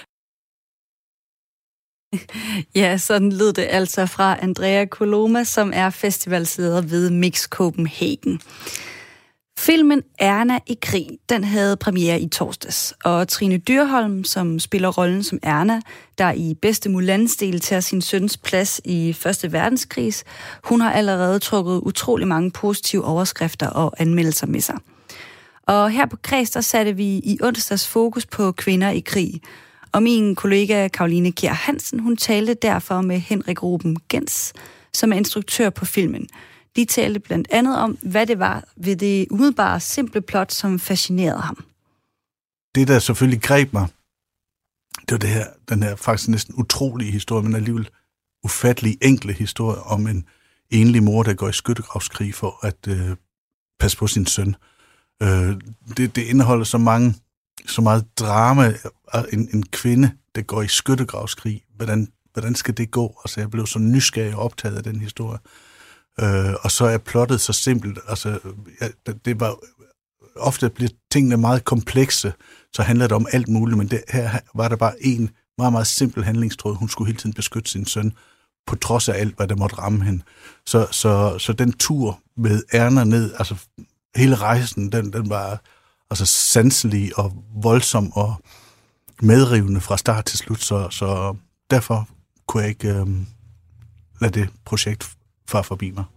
Ja, sådan lød det altså fra Andrea Coloma, som er festivalsleder ved Mix Copenhagen. Filmen Erna i krig, den havde premiere i torsdags, og Trine Dyrholm, som spiller rollen som Erna, der i bedste Mulan-stil tager sin søns plads i Første Verdenskrig, hun har allerede trukket utrolig mange positive overskrifter og anmeldelser med sig. Og her på Kreds, der satte vi i onsdags fokus på kvinder i krig, og min kollega Karoline Kjær Hansen, hun talte derfor med Henrik Ruben Gens, som er instruktør på filmen. De talte blandt andet om, hvad det var ved det umiddelbare simple plot, som fascinerede ham. Det, der selvfølgelig greb mig, det var det her, den her faktisk næsten utrolige historie, men alligevel ufattelig enkle historie om en enlig mor, der går i skyttegravskrig for at øh, passe på sin søn. Øh, det, det indeholder så mange, så meget drama. En, en kvinde, der går i skyttegravskrig, hvordan, hvordan skal det gå? Altså, jeg blev så nysgerrig og optaget af den historie. Øh, og så er plottet så simpelt. Altså, ja, det var ofte bliver tingene meget komplekse, så handler det om alt muligt, men det, her var der bare en meget, meget simpel handlingstråd. Hun skulle hele tiden beskytte sin søn, på trods af alt, hvad der måtte ramme hende. Så, så, så den tur med Erna ned, altså hele rejsen, den, den var altså sanselig og voldsom og medrivende fra start til slut, så, så derfor kunne jeg ikke øh, lade det projekt far forbi mig.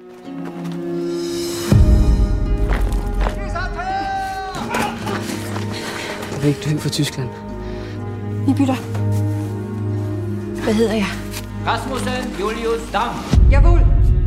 Jeg vil ikke dø for Tyskland. Vi bytter. Hvad hedder jeg? Rasmussen Julius Dam. Jawohl.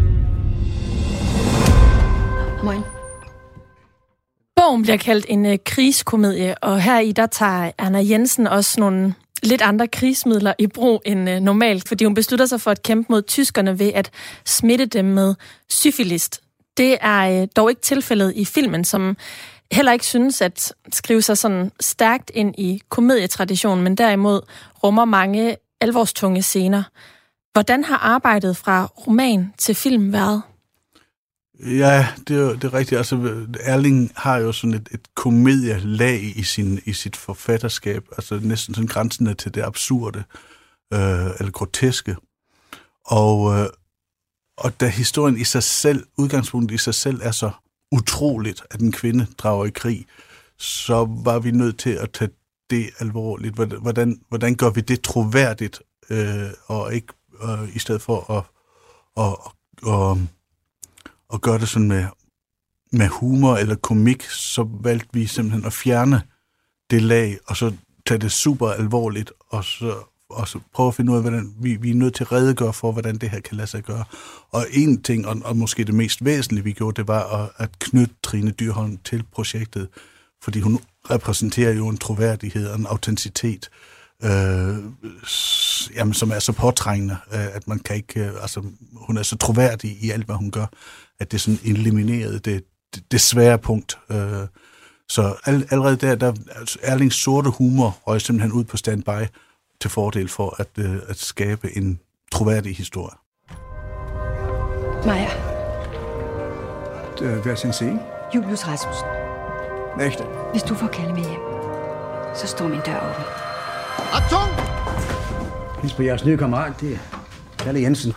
Moin. Bogen bliver kaldt en øh, krigskomedie, og her i der tager Erna Jensen også nogle lidt andre krigsmidler i brug end øh, normalt, fordi hun beslutter sig for at kæmpe mod tyskerne ved at smitte dem med syfilis. Det er øh, dog ikke tilfældet i filmen, som heller ikke synes at skrive sig sådan stærkt ind i komedietraditionen, men derimod rummer mange alvorstunge scener. Hvordan har arbejdet fra roman til film været? Ja, det er, det er rigtigt. Altså, Erling har jo sådan et, et komedielag i, sin, i sit forfatterskab, altså næsten sådan grænsende til det absurde, øh, eller groteske. Og, øh, og da historien i sig selv, udgangspunktet i sig selv er så utroligt, at en kvinde drager i krig, så var vi nødt til at tage det alvorligt. Hvordan, hvordan gør vi det troværdigt, øh, og ikke øh, i stedet for at, at, at, at, at gøre det sådan med, med humor eller komik, så valgte vi simpelthen at fjerne det lag, og så tage det super alvorligt, og så, og så prøve at finde ud af, hvordan vi, vi er nødt til at redegøre for, hvordan det her kan lade sig gøre. Og en ting, og, og måske det mest væsentlige, vi gjorde, det var at, at knytte Trine Dyrholm til projektet, fordi hun repræsenterer jo en troværdighed og en autenticitet, øh, jamen, som er så påtrængende, øh, at man kan ikke, øh, altså hun er så troværdig i alt, hvad hun gør, at det sådan eliminerede det, det, det svære punkt. Øh, så all, allerede der, der altså, Erlings sorte humor røg simpelthen ud på standby til fordel for at, øh, at skabe en troværdig historie. Maja. Hvad skal jeg sige? Julius Rasmussen. Nægte. Hvis du får kalde med hjem, så står min dør åben. Achtung! Hils på jeres nye kammerat, det er Kalle Jensen.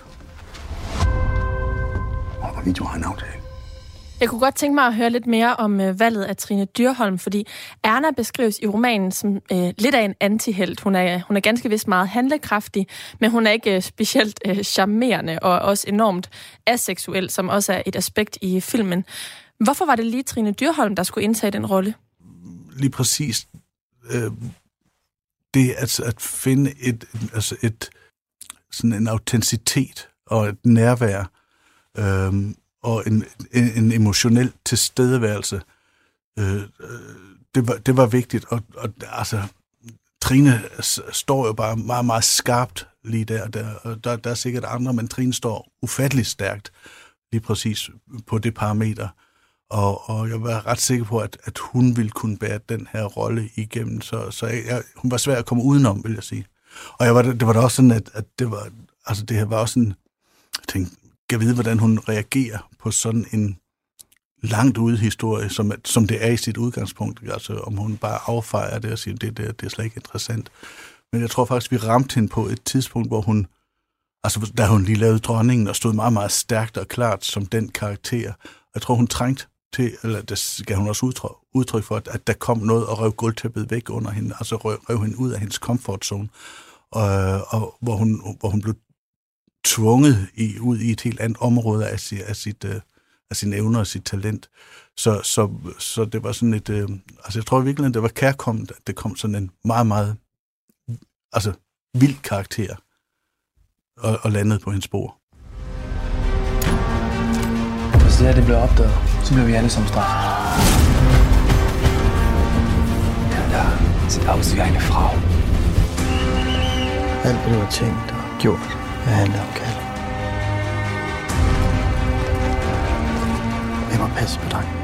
Og vi to har en aftale. Jeg kunne godt tænke mig at høre lidt mere om øh, valget af Trine Dyrholm, fordi Erna beskrives i romanen som øh, lidt af en antihelt. Hun er, hun er ganske vist meget handlekraftig, men hun er ikke øh, specielt øh, charmerende og også enormt aseksuel, som også er et aspekt i filmen. Hvorfor var det lige Trine Dyrholm, der skulle indtage den rolle? Lige præcis øh, det at, at finde et, altså et, sådan en autenticitet og et nærvær, øh, og en, en, en emotionel tilstedeværelse. Øh, det, var, det var vigtigt, og, og altså, Trine står jo bare meget, meget skarpt lige der. Der, der, der er sikkert andre, men Trine står ufatteligt stærkt lige præcis på det parameter. Og, og jeg var ret sikker på, at, at hun ville kunne bære den her rolle igennem, så, så jeg, hun var svær at komme udenom, vil jeg sige. Og jeg var, det var da også sådan, at, at det var, altså det her var også en, jeg tænkte, kan vide, hvordan hun reagerer på sådan en langt ude historie, som, som det er i sit udgangspunkt. Altså om hun bare affejer det og siger, det, det, det er slet ikke interessant. Men jeg tror faktisk, vi ramte hende på et tidspunkt, hvor hun, altså da hun lige lavede Dronningen, og stod meget, meget stærkt og klart som den karakter. Jeg tror, hun trængte til, eller det gav hun også udtryk, udtryk for, at, at der kom noget og rev gulvtæppet væk under hende, altså rev, rev hende ud af hendes comfort zone, og, og hvor, hun, hvor hun blev tvunget i, ud i et helt andet område af, sit, af, sit, af sine evner og sit talent. Så, så, så det var sådan et, øh, altså jeg tror i virkeligheden, det var kærkomment, at det kom sådan en meget, meget altså vild karakter og, og landede på hendes spor. Hvis det her det bliver opdaget, så bliver vi alle som straffet. Ja, da sieht aus wie eine Frau. Alt, hvad du har tænkt og gjort, det handler om Kalle. Jeg må passe på dig.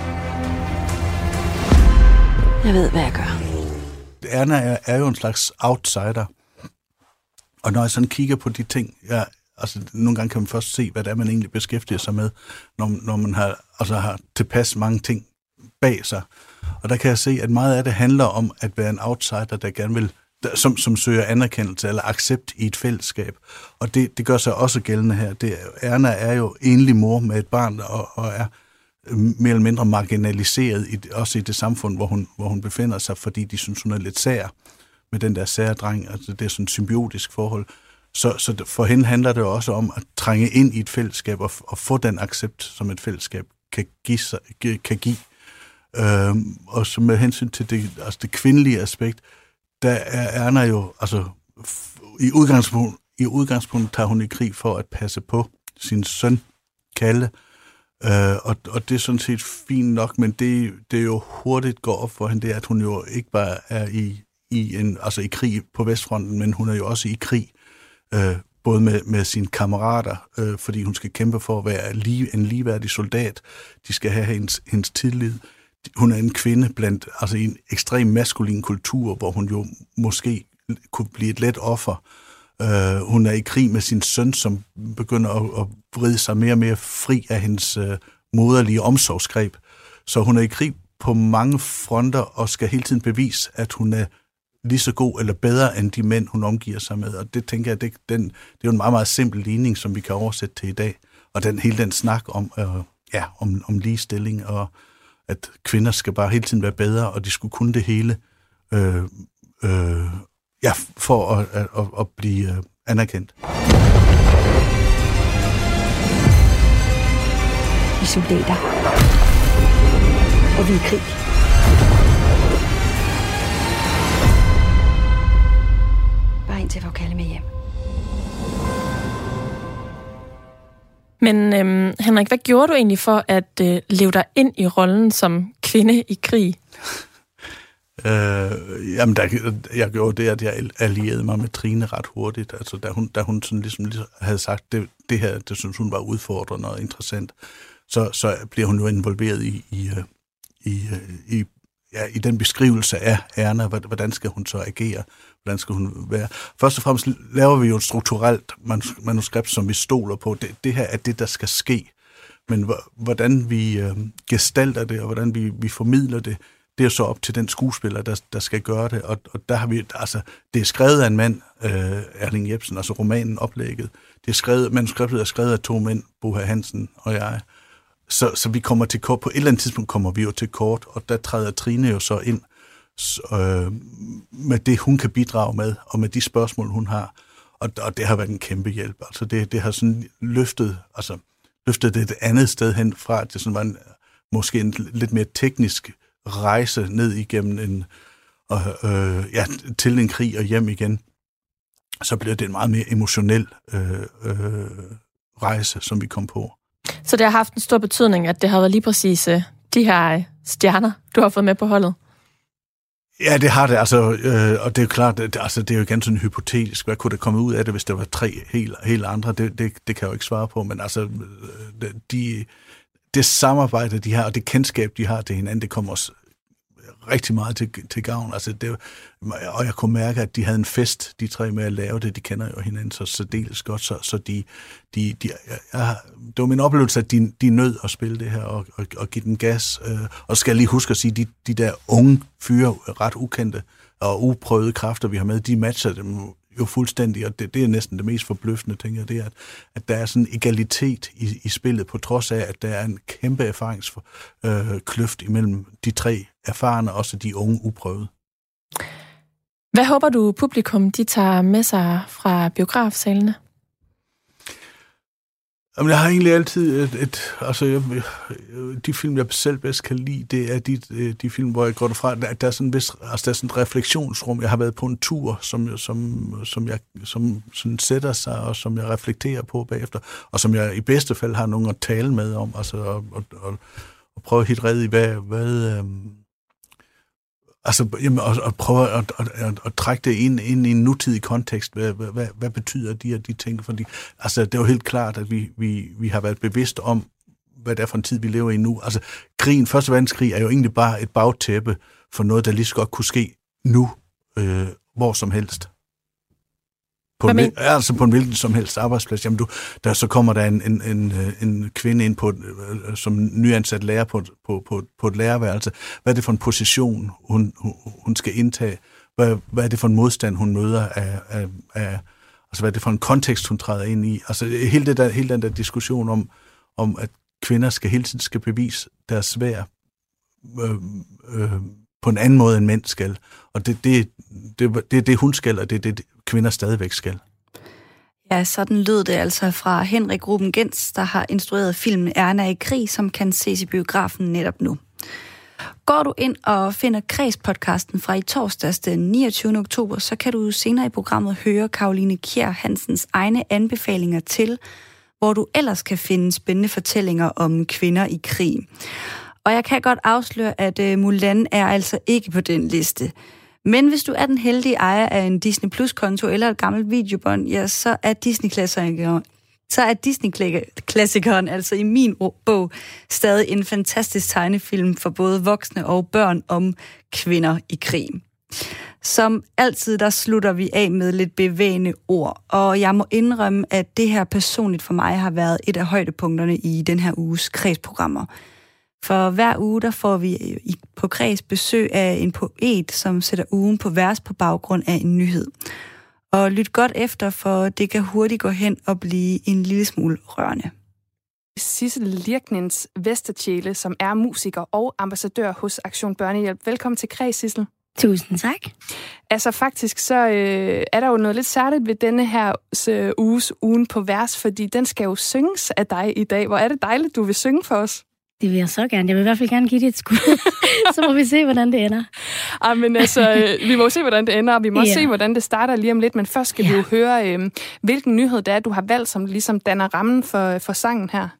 Jeg ved, hvad jeg gør. Erna er, er jo en slags outsider. Og når jeg sådan kigger på de ting, jeg, altså nogle gange kan man først se, hvad det er, man egentlig beskæftiger sig med, når, når man har, altså har tilpas mange ting bag sig. Og der kan jeg se, at meget af det handler om at være en outsider, der gerne vil, der, som, som søger anerkendelse eller accept i et fællesskab. Og det, det gør sig også gældende her. Det, Erna er jo enlig mor med et barn, og, og er mere eller mindre marginaliseret, i, også i det samfund, hvor hun, hvor hun befinder sig, fordi de synes, hun er lidt sær med den der sære dreng. Altså det er sådan et symbiotisk forhold. Så, så for hende handler det jo også om at trænge ind i et fællesskab og, og få den accept, som et fællesskab kan give. Sig, kan give. Øhm, og så med hensyn til det, altså det kvindelige aspekt, der er Erna jo, altså i udgangspunkt, i udgangspunkt tager hun i krig for at passe på sin søn, Kalle, øh, og, og det er sådan set fint nok, men det, det jo hurtigt går op for hende, det er, at hun jo ikke bare er i, i, en, altså i krig på Vestfronten, men hun er jo også i krig, øh, både med, med sine kammerater, øh, fordi hun skal kæmpe for at være lige, en ligeværdig soldat. De skal have hendes, hendes tillid. Hun er en kvinde blandt, altså i en ekstrem maskulin kultur, hvor hun jo måske kunne blive et let offer. Uh, hun er i krig med sin søn, som begynder at, at vride sig mere og mere fri af hendes uh, moderlige omsorgsgreb. Så hun er i krig på mange fronter og skal hele tiden bevise, at hun er lige så god eller bedre end de mænd, hun omgiver sig med. Og det tænker jeg, det, den, det er jo en meget, meget simpel ligning, som vi kan oversætte til i dag. Og den, hele den snak om, uh, ja, om, om ligestilling og at kvinder skal bare hele tiden være bedre, og de skulle kunne det hele, øh, øh, ja, for at, at, at, at blive øh, anerkendt. Vi er soldater. Og vi er i krig. Bare indtil jeg får Kalle med hjem. Men øhm, Henrik, hvad gjorde du egentlig for at øh, leve dig ind i rollen som kvinde i krig? Øh, jamen, der, jeg gjorde det, at jeg allierede mig med Trine ret hurtigt. Altså, da hun, da hun sådan ligesom, ligesom havde sagt, det, det her, det synes hun var udfordrende og interessant, så, så bliver hun jo involveret i, i, i, i, ja, i den beskrivelse af Erna. Hvordan skal hun så agere? Hvordan skal hun være? Først og fremmest laver vi jo et strukturelt manuskript, som vi stoler på. Det, det her er det, der skal ske. Men hvordan vi øh, gestalter det, og hvordan vi, vi formidler det, det er så op til den skuespiller, der, der skal gøre det. Og, og der har vi, altså, det er skrevet af en mand, øh, Erling Jepsen, altså romanen Oplægget. Det er skrevet, manuskriptet er skrevet af to mænd, Bo Hansen og jeg. Så, så vi kommer til kort, på et eller andet tidspunkt kommer vi jo til kort, og der træder Trine jo så ind så, øh, med det, hun kan bidrage med, og med de spørgsmål, hun har. Og, og det har været en kæmpe hjælp. Altså det, det har sådan løftet, altså løftet det et andet sted hen fra, at det sådan var en, måske en lidt mere teknisk rejse ned igennem en, øh, ja, til en krig og hjem igen. Så bliver det en meget mere emotionel øh, øh, rejse, som vi kom på. Så det har haft en stor betydning, at det har været lige præcis øh, de her stjerner, du har fået med på holdet? Ja, det har det, altså, øh, og det er jo klart, det, altså, det er jo igen sådan hypotetisk. Hvad kunne der komme ud af det, hvis der var tre helt, helt andre? Det, det, det kan jeg jo ikke svare på, men altså, de, det samarbejde, de har, og det kendskab, de har til hinanden, det kommer også rigtig meget til, til gavn. Altså, det, og jeg kunne mærke, at de havde en fest, de tre, med at lave det. De kender jo hinanden så særdeles godt, så, så de, de, de, ja, det var min oplevelse, at de, de nød at spille det her og, og, og give den gas. Og skal jeg lige huske at sige, de, de der unge fyre, ret ukendte og uprøvede kræfter, vi har med, de matcher dem jo fuldstændig, og det, det er næsten det mest forbløffende, tænker jeg, det er, at, at der er sådan en egalitet i, i spillet, på trods af, at der er en kæmpe erfaringskløft øh, imellem de tre erfarne, også de unge uprøvede. Hvad håber du, publikum de tager med sig fra biografsalene? Jamen, jeg har egentlig altid et, et altså, jeg, de film, jeg selv bedst kan lide, det er de, de film, hvor jeg går derfra, der, der er sådan vis, altså, der er sådan et refleksionsrum. Jeg har været på en tur, som, som, som jeg som sådan sætter sig, og som jeg reflekterer på bagefter, og som jeg i bedste fald har nogen at tale med om, altså, og, og, og, og prøve at hitte red i, hvad, hvad øhm, altså, jamen, og, og prøve at, at, at, at trække det ind, ind i en nutidig kontekst. Hvad, hvad, hvad betyder de og de ting? Fordi, altså, det er jo helt klart, at vi, vi, vi har været bevidst om, hvad det er for en tid, vi lever i nu. Altså, krigen, Første Verdenskrig er jo egentlig bare et bagtæppe for noget, der lige så godt kunne ske nu, øh, hvor som helst. På en, altså på en hvilken som helst arbejdsplads. Jamen, du, der, så kommer der en, en, en, en kvinde ind på, som nyansat lærer på, på, på, på et lærerværelse. Hvad er det for en position, hun, hun skal indtage? Hvad, hvad er det for en modstand, hun møder af, af, af altså, hvad er det for en kontekst, hun træder ind i? Altså, hele, det der, hele den der diskussion om, om, at kvinder skal hele tiden skal bevise deres svær øh, øh, på en anden måde, end mænd skal. Og det er det, det, det, det, hun skal, og det er det, kvinder stadigvæk skal. Ja, sådan lød det altså fra Henrik Ruben Gens, der har instrueret filmen Erna i krig, som kan ses i biografen netop nu. Går du ind og finder Kreds-podcasten fra i torsdags den niogtyvende oktober, så kan du senere i programmet høre Caroline Kjær Hansens egne anbefalinger til, hvor du ellers kan finde spændende fortællinger om kvinder i krig. Og jeg kan godt afsløre, at uh, Mulan er altså ikke på den liste. Men hvis du er den heldige ejer af en Disney Plus-konto eller et gammelt videobånd, ja, så er Disney-klassikeren, så er Disney-klassikeren altså i min bog stadig en fantastisk tegnefilm for både voksne og børn om kvinder i krig. Som altid, der slutter vi af med lidt bevægende ord, og jeg må indrømme, at det her personligt for mig har været et af højdepunkterne i den her uges Kreds-programmer. For hver uge, der får vi på Kreds besøg af en poet, som sætter ugen på vers på baggrund af en nyhed. Og lyt godt efter, for det kan hurtigt gå hen og blive en lille smule rørende. Sissel Lirknens Vestertjæle, som er musiker og ambassadør hos Aktion Børnehjælp. Velkommen til Kreds, Sissel. Tusind tak. Altså faktisk, så øh, er der jo noget lidt særligt ved denne her øh, uges ugen på vers, fordi den skal jo synges af dig i dag. Hvor er det dejligt, du vil synge for os. Det vil jeg så gerne. Jeg vil i hvert fald gerne give det et skud. Så må vi se, hvordan det ender. Ah, men altså, øh, vi må se, hvordan det ender, og vi må ja. se, hvordan det starter lige om lidt. Men først skal ja. vi jo høre, øh, hvilken nyhed det er, du har valgt, som ligesom danner rammen for, for sangen her.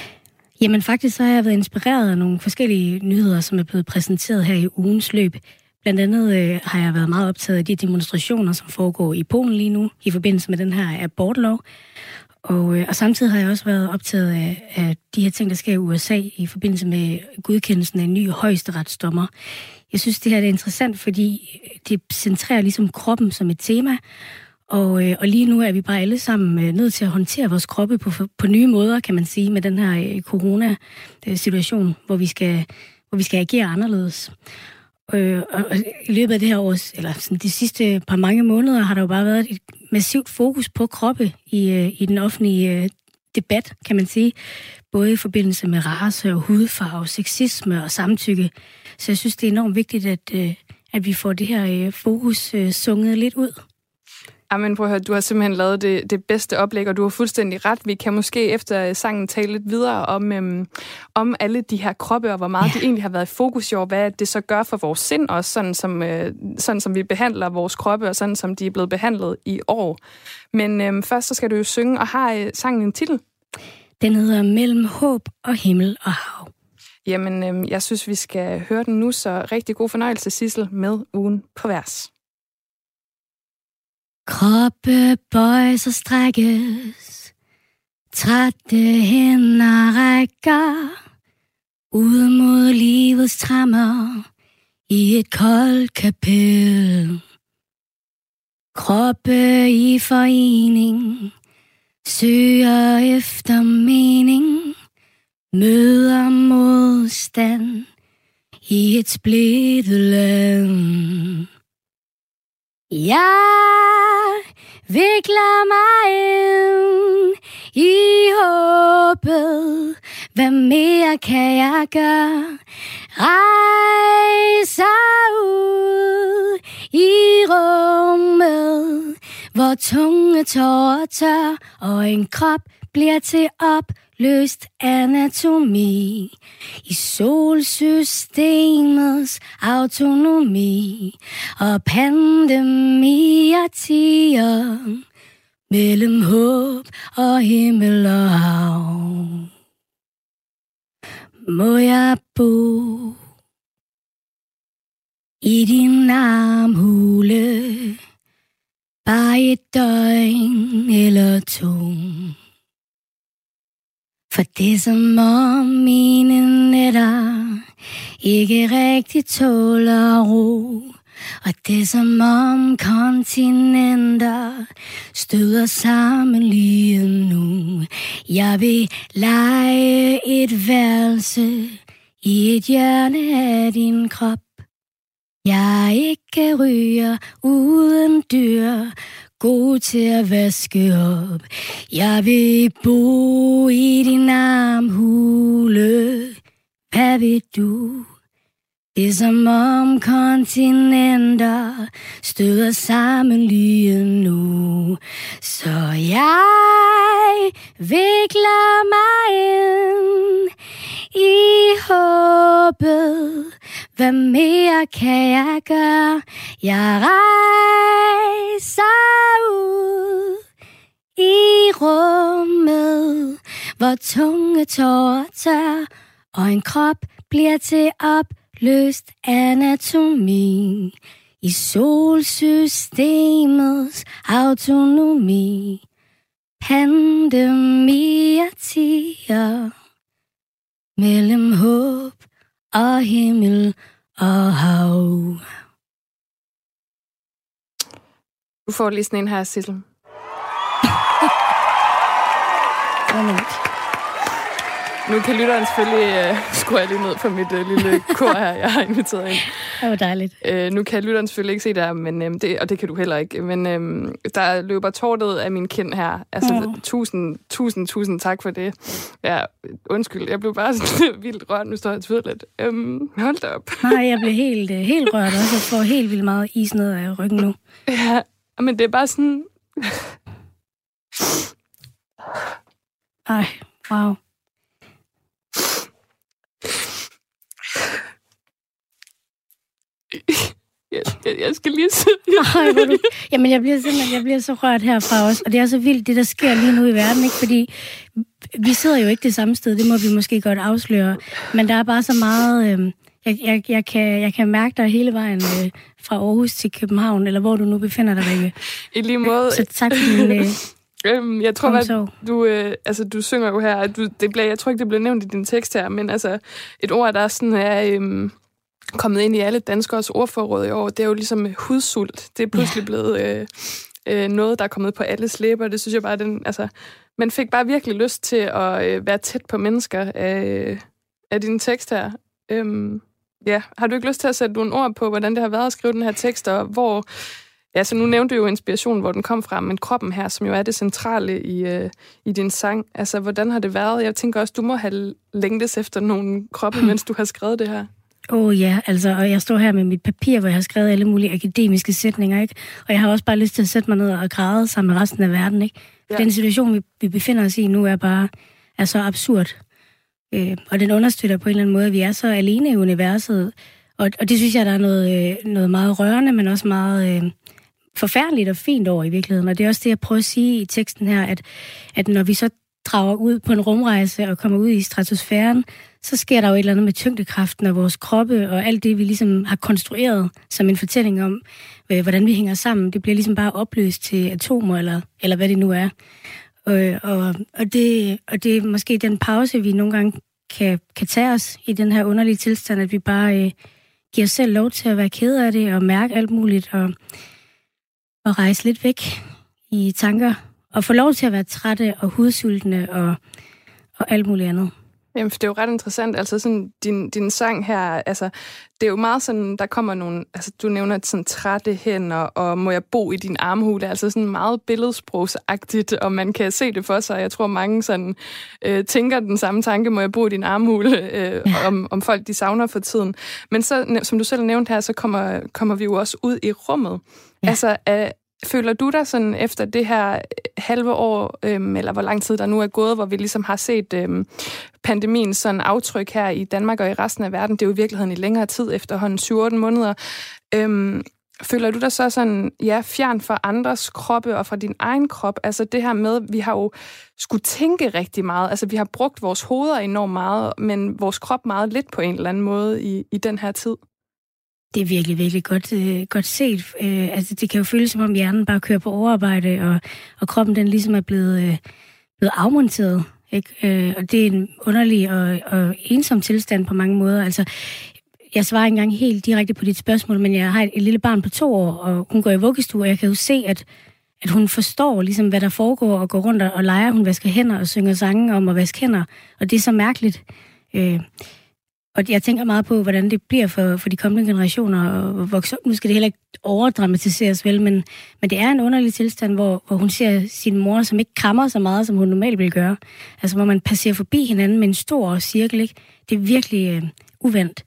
Jamen faktisk så har jeg været inspireret af nogle forskellige nyheder, som er blevet præsenteret her i ugens løb. Blandt andet øh, har jeg været meget optaget af de demonstrationer, som foregår i Polen lige nu, i forbindelse med den her abortlov. Og, øh, og samtidig har jeg også været optaget af, af de her ting, der sker i U S A i forbindelse med godkendelsen af en ny højesteretsdommer. Jeg synes, det her er interessant, fordi det centrerer ligesom kroppen som et tema. Og, øh, og lige nu er vi bare alle sammen øh, nødt til at håndtere vores kroppe på, på nye måder, kan man sige, med den her øh, corona-situation, hvor vi skal, hvor vi skal agere anderledes. Øh, og, og i løbet af det her års, eller sådan de sidste par mange måneder, har der jo bare været et massivt fokus på kroppe i, øh, i den offentlige øh, debat, kan man sige. Både i forbindelse med race og hudfarve, sexisme og samtykke. Så jeg synes, det er enormt vigtigt, at, øh, at vi får det her øh, fokus øh, sunget lidt ud. Amen, prøv at høre, du har simpelthen lavet det, det bedste oplæg, og du har fuldstændig ret. Vi kan måske efter sangen tale lidt videre om, øhm, om alle de her kroppe, og hvor meget ja. de egentlig har været i fokus i år, hvad det så gør for vores sind også, sådan som, øh, sådan som vi behandler vores kroppe, og sådan som de er blevet behandlet i år. Men øhm, først så skal du jo synge, og har øh, sangen en titel? Den hedder Mellem håb og himmel og hav. Jamen, øhm, jeg synes, vi skal høre den nu, så rigtig god fornøjelse, Sissel, med Ugen på vers. Kroppe bøjes og strækkes, trætte hænder rækker, ud mod livets tremmer i et koldt kapel. Kroppe i forening, søger efter mening, møder modstand i et splittet land. Jeg vikler mig ind i håbet. Hvad mere kan jeg gøre? Rejser ud i rummet, hvor tunge tårer tør, og en krop bliver til opløst anatomi. I solsystemets autonomi og pandemier tiger mellem håb og himmel og hav. Må jeg bo i din armhule, bare et døgn eller to. For det er som om mine nætter ikke rigtig tåler ro. Og det er som om kontinenter støder sammen lige nu. Jeg vil lege et værelse i et hjørne af din krop. Jeg ikke ryger uden dyr, god til at vaske op. Jeg vil bo i din armhule. Hvad vil du? Det er som om kontinenter støder sammen lige nu. Så jeg vikler mig ind i håbet. Hvad mere kan jeg gøre? Jeg rejser ud i rummet, hvor tunge tårer tør, og en krop bliver til opløst anatomi. I solsystemets autonomi. Pandemier tiger mellem håb og himmel og hav. Du får lige sådan en her, Sissel. Nu kan lytteren selvfølgelig uh, skrue lige ned på mit uh, lille kor her, jeg har inviteret ind. Det var dejligt. Uh, nu kan lytteren selvfølgelig ikke se det her, men, um, det, og det kan du heller ikke. Men um, der løber tårtet af min kind her. Altså, oh. tusind, tusind, tusind tak for det. Ja, undskyld, jeg blev bare sådan vildt rørt. Nu står jeg tvivl lidt. Um, hold da op. Nej, jeg blev helt, helt rørt også. Jeg får helt vildt meget is ned af ryggen nu. Ja, men det er bare sådan... Ej, wow. Jeg, jeg, jeg skal lige se. Ej, hvor du... Jamen, jeg bliver simpelthen jeg bliver så rørt herfra også. Og det er så vildt, det der sker lige nu i verden, ikke? Fordi vi sidder jo ikke det samme sted, det må vi måske godt afsløre. Men der er bare så meget øh, Jeg, jeg, jeg, kan, jeg kan mærke dig hele vejen øh, fra Aarhus til København, eller hvor du nu befinder dig, Rikke. I lige måde. Så tak for din øh, øhm, Jeg tror, at du, øh, altså, du synger jo her, at du, det blev, jeg tror ikke, det blev nævnt i din tekst her, men altså et ord, der sådan er øh, kommet ind i alle danskers ordforråd i år, det er jo ligesom hudsult. Det er pludselig ja. blevet øh, øh, noget, der er kommet på alles læber. Det synes jeg bare, den, altså, man fik bare virkelig lyst til at øh, være tæt på mennesker af, af din tekst her. Øhm, ja, har du ikke lyst til at sætte nogle ord på, hvordan det har været at skrive den her tekst, og hvor, ja, så nu nævnte du jo inspirationen, hvor den kom fra, men kroppen her, som jo er det centrale i, øh, i din sang, altså, hvordan har det været? Jeg tænker også, du må have længtes efter nogle kroppe, mens du har skrevet det her. Åh oh, ja, altså, og jeg står her med mit papir, hvor jeg har skrevet alle mulige akademiske sætninger, ikke? Og jeg har også bare lyst til at sætte mig ned og græde sammen med resten af verden, ikke? For ja. Den situation, vi, vi befinder os i nu, er bare er så absurd. Øh, og den understøtter på en eller anden måde, at vi er så alene i universet. Og, og det synes jeg, der er noget, øh, noget meget rørende, men også meget øh, forfærdeligt og fint over i virkeligheden. Og det er også det, jeg prøver at sige i teksten her, at, at når vi så drager ud på en rumrejse og kommer ud i stratosfæren, så sker der jo et eller andet med tyngdekraften af vores kroppe, og alt det, vi ligesom har konstrueret som en fortælling om, øh, hvordan vi hænger sammen, det bliver ligesom bare opløst til atomer, eller, eller hvad det nu er. Og, og, og, det, og det er måske den pause, vi nogle gange kan, kan tage os i den her underlige tilstand, at vi bare øh, giver os selv lov til at være ked af det, og mærke alt muligt, og, og rejse lidt væk i tanker, og få lov til at være trætte og hudsultne, og, og alt muligt andet. Jamen, for det er jo ret interessant, altså sådan, din, din sang her, altså, det er jo meget sådan, der kommer nogle, altså, du nævner sådan trætte hænder, og må jeg bo i din armhule, altså sådan meget billedsprogsagtigt, og man kan se det for sig, jeg tror mange sådan, øh, tænker den samme tanke, må jeg bo i din armhule, øh, om, om folk, de savner for tiden. Men så, som du selv nævnte her, så kommer, kommer vi jo også ud i rummet. Ja. Altså, øh, føler du dig sådan efter det her halve år, øhm, eller hvor lang tid der nu er gået, hvor vi ligesom har set øhm, pandemien sådan aftryk her i Danmark og i resten af verden, det er jo i virkeligheden i længere tid, efterhånden syv otte måneder. Øhm, føler du dig så sådan, ja, fjern fra andres kroppe og fra din egen krop? Altså det her med, vi har jo skulle tænke rigtig meget, altså vi har brugt vores hoveder enormt meget, men vores krop meget lidt på en eller anden måde i, i den her tid. Det er virkelig, virkelig godt, øh, godt set. Øh, altså, det kan jo føles, som om hjernen bare kører på overarbejde, og, og kroppen den ligesom er blevet, øh, blevet afmonteret. Ikke? Øh, og det er en underlig og, og ensom tilstand på mange måder. Altså, jeg svarer ikke engang helt direkte på dit spørgsmål, men jeg har et, et lille barn på to år, og hun går i vuggestue, og jeg kan jo se, at, at hun forstår, ligesom, hvad der foregår, og går rundt og, og leger. Hun vasker hænder og synger sange om at vaske hænder, og det er så mærkeligt. Øh, Og jeg tænker meget på, hvordan det bliver for, for de kommende generationer at vokse op. Nu skal det heller ikke overdramatiseres vel, men, men det er en underlig tilstand, hvor, hvor hun ser sin mor, som ikke krammer så meget, som hun normalt vil gøre. Altså, hvor man passerer forbi hinanden med en stor cirkel, ikke? Det er virkelig øh, uvendt.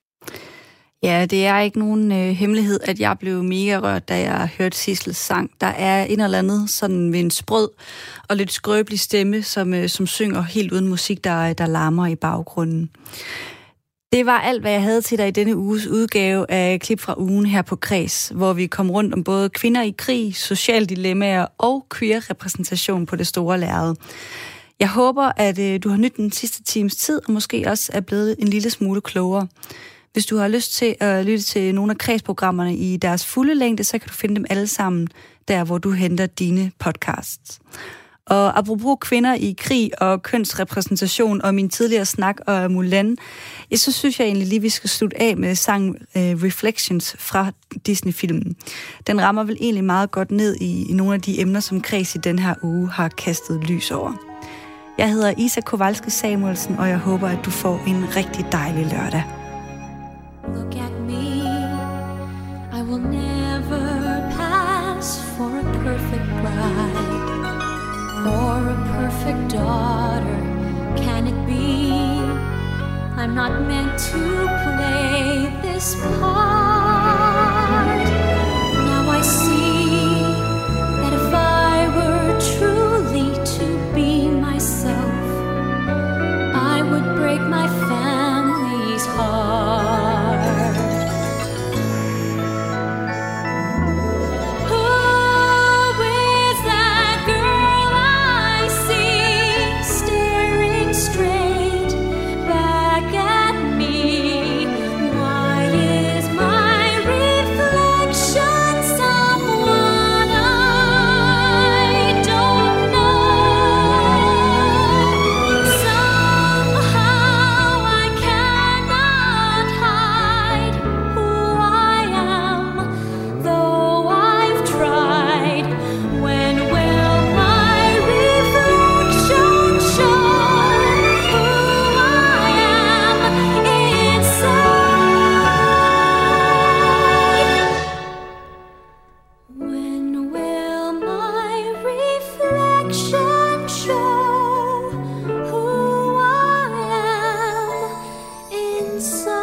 Ja, det er ikke nogen øh, hemmelighed, at jeg blev mega rørt, da jeg hørte Sissels sang. Der er en eller andet sådan ved en sprød og lidt skrøbelig stemme, som, øh, som synger helt uden musik, der, der larmer i baggrunden. Det var alt, hvad jeg havde til dig i denne uges udgave af Klip fra ugen her på Kreds, hvor vi kom rundt om både kvinder i krig, sociale dilemmaer og queer-repræsentation på det store lærred. Jeg håber, at øh, du har nydt den sidste times tid, og måske også er blevet en lille smule klogere. Hvis du har lyst til at lytte til nogle af kredsprogrammerne i deres fulde længde, så kan du finde dem alle sammen der, hvor du henter dine podcasts. Og apropos kvinder i krig og kønsrepræsentation og min tidligere snak og Mulan, så synes jeg egentlig lige, vi skal slutte af med sangen uh, Reflections fra Disney-filmen. Den rammer vel egentlig meget godt ned i, i nogle af de emner, som Kreds i den her uge har kastet lys over. Jeg hedder Isa Kowalski Samuelsen, og jeg håber, at du får en rigtig dejlig lørdag. Look at me, I will never pass for a perfect bride or a perfect daughter, can it be? I'm not meant to play this part. Now I see that if I were truly to be myself, I would break my family's heart. so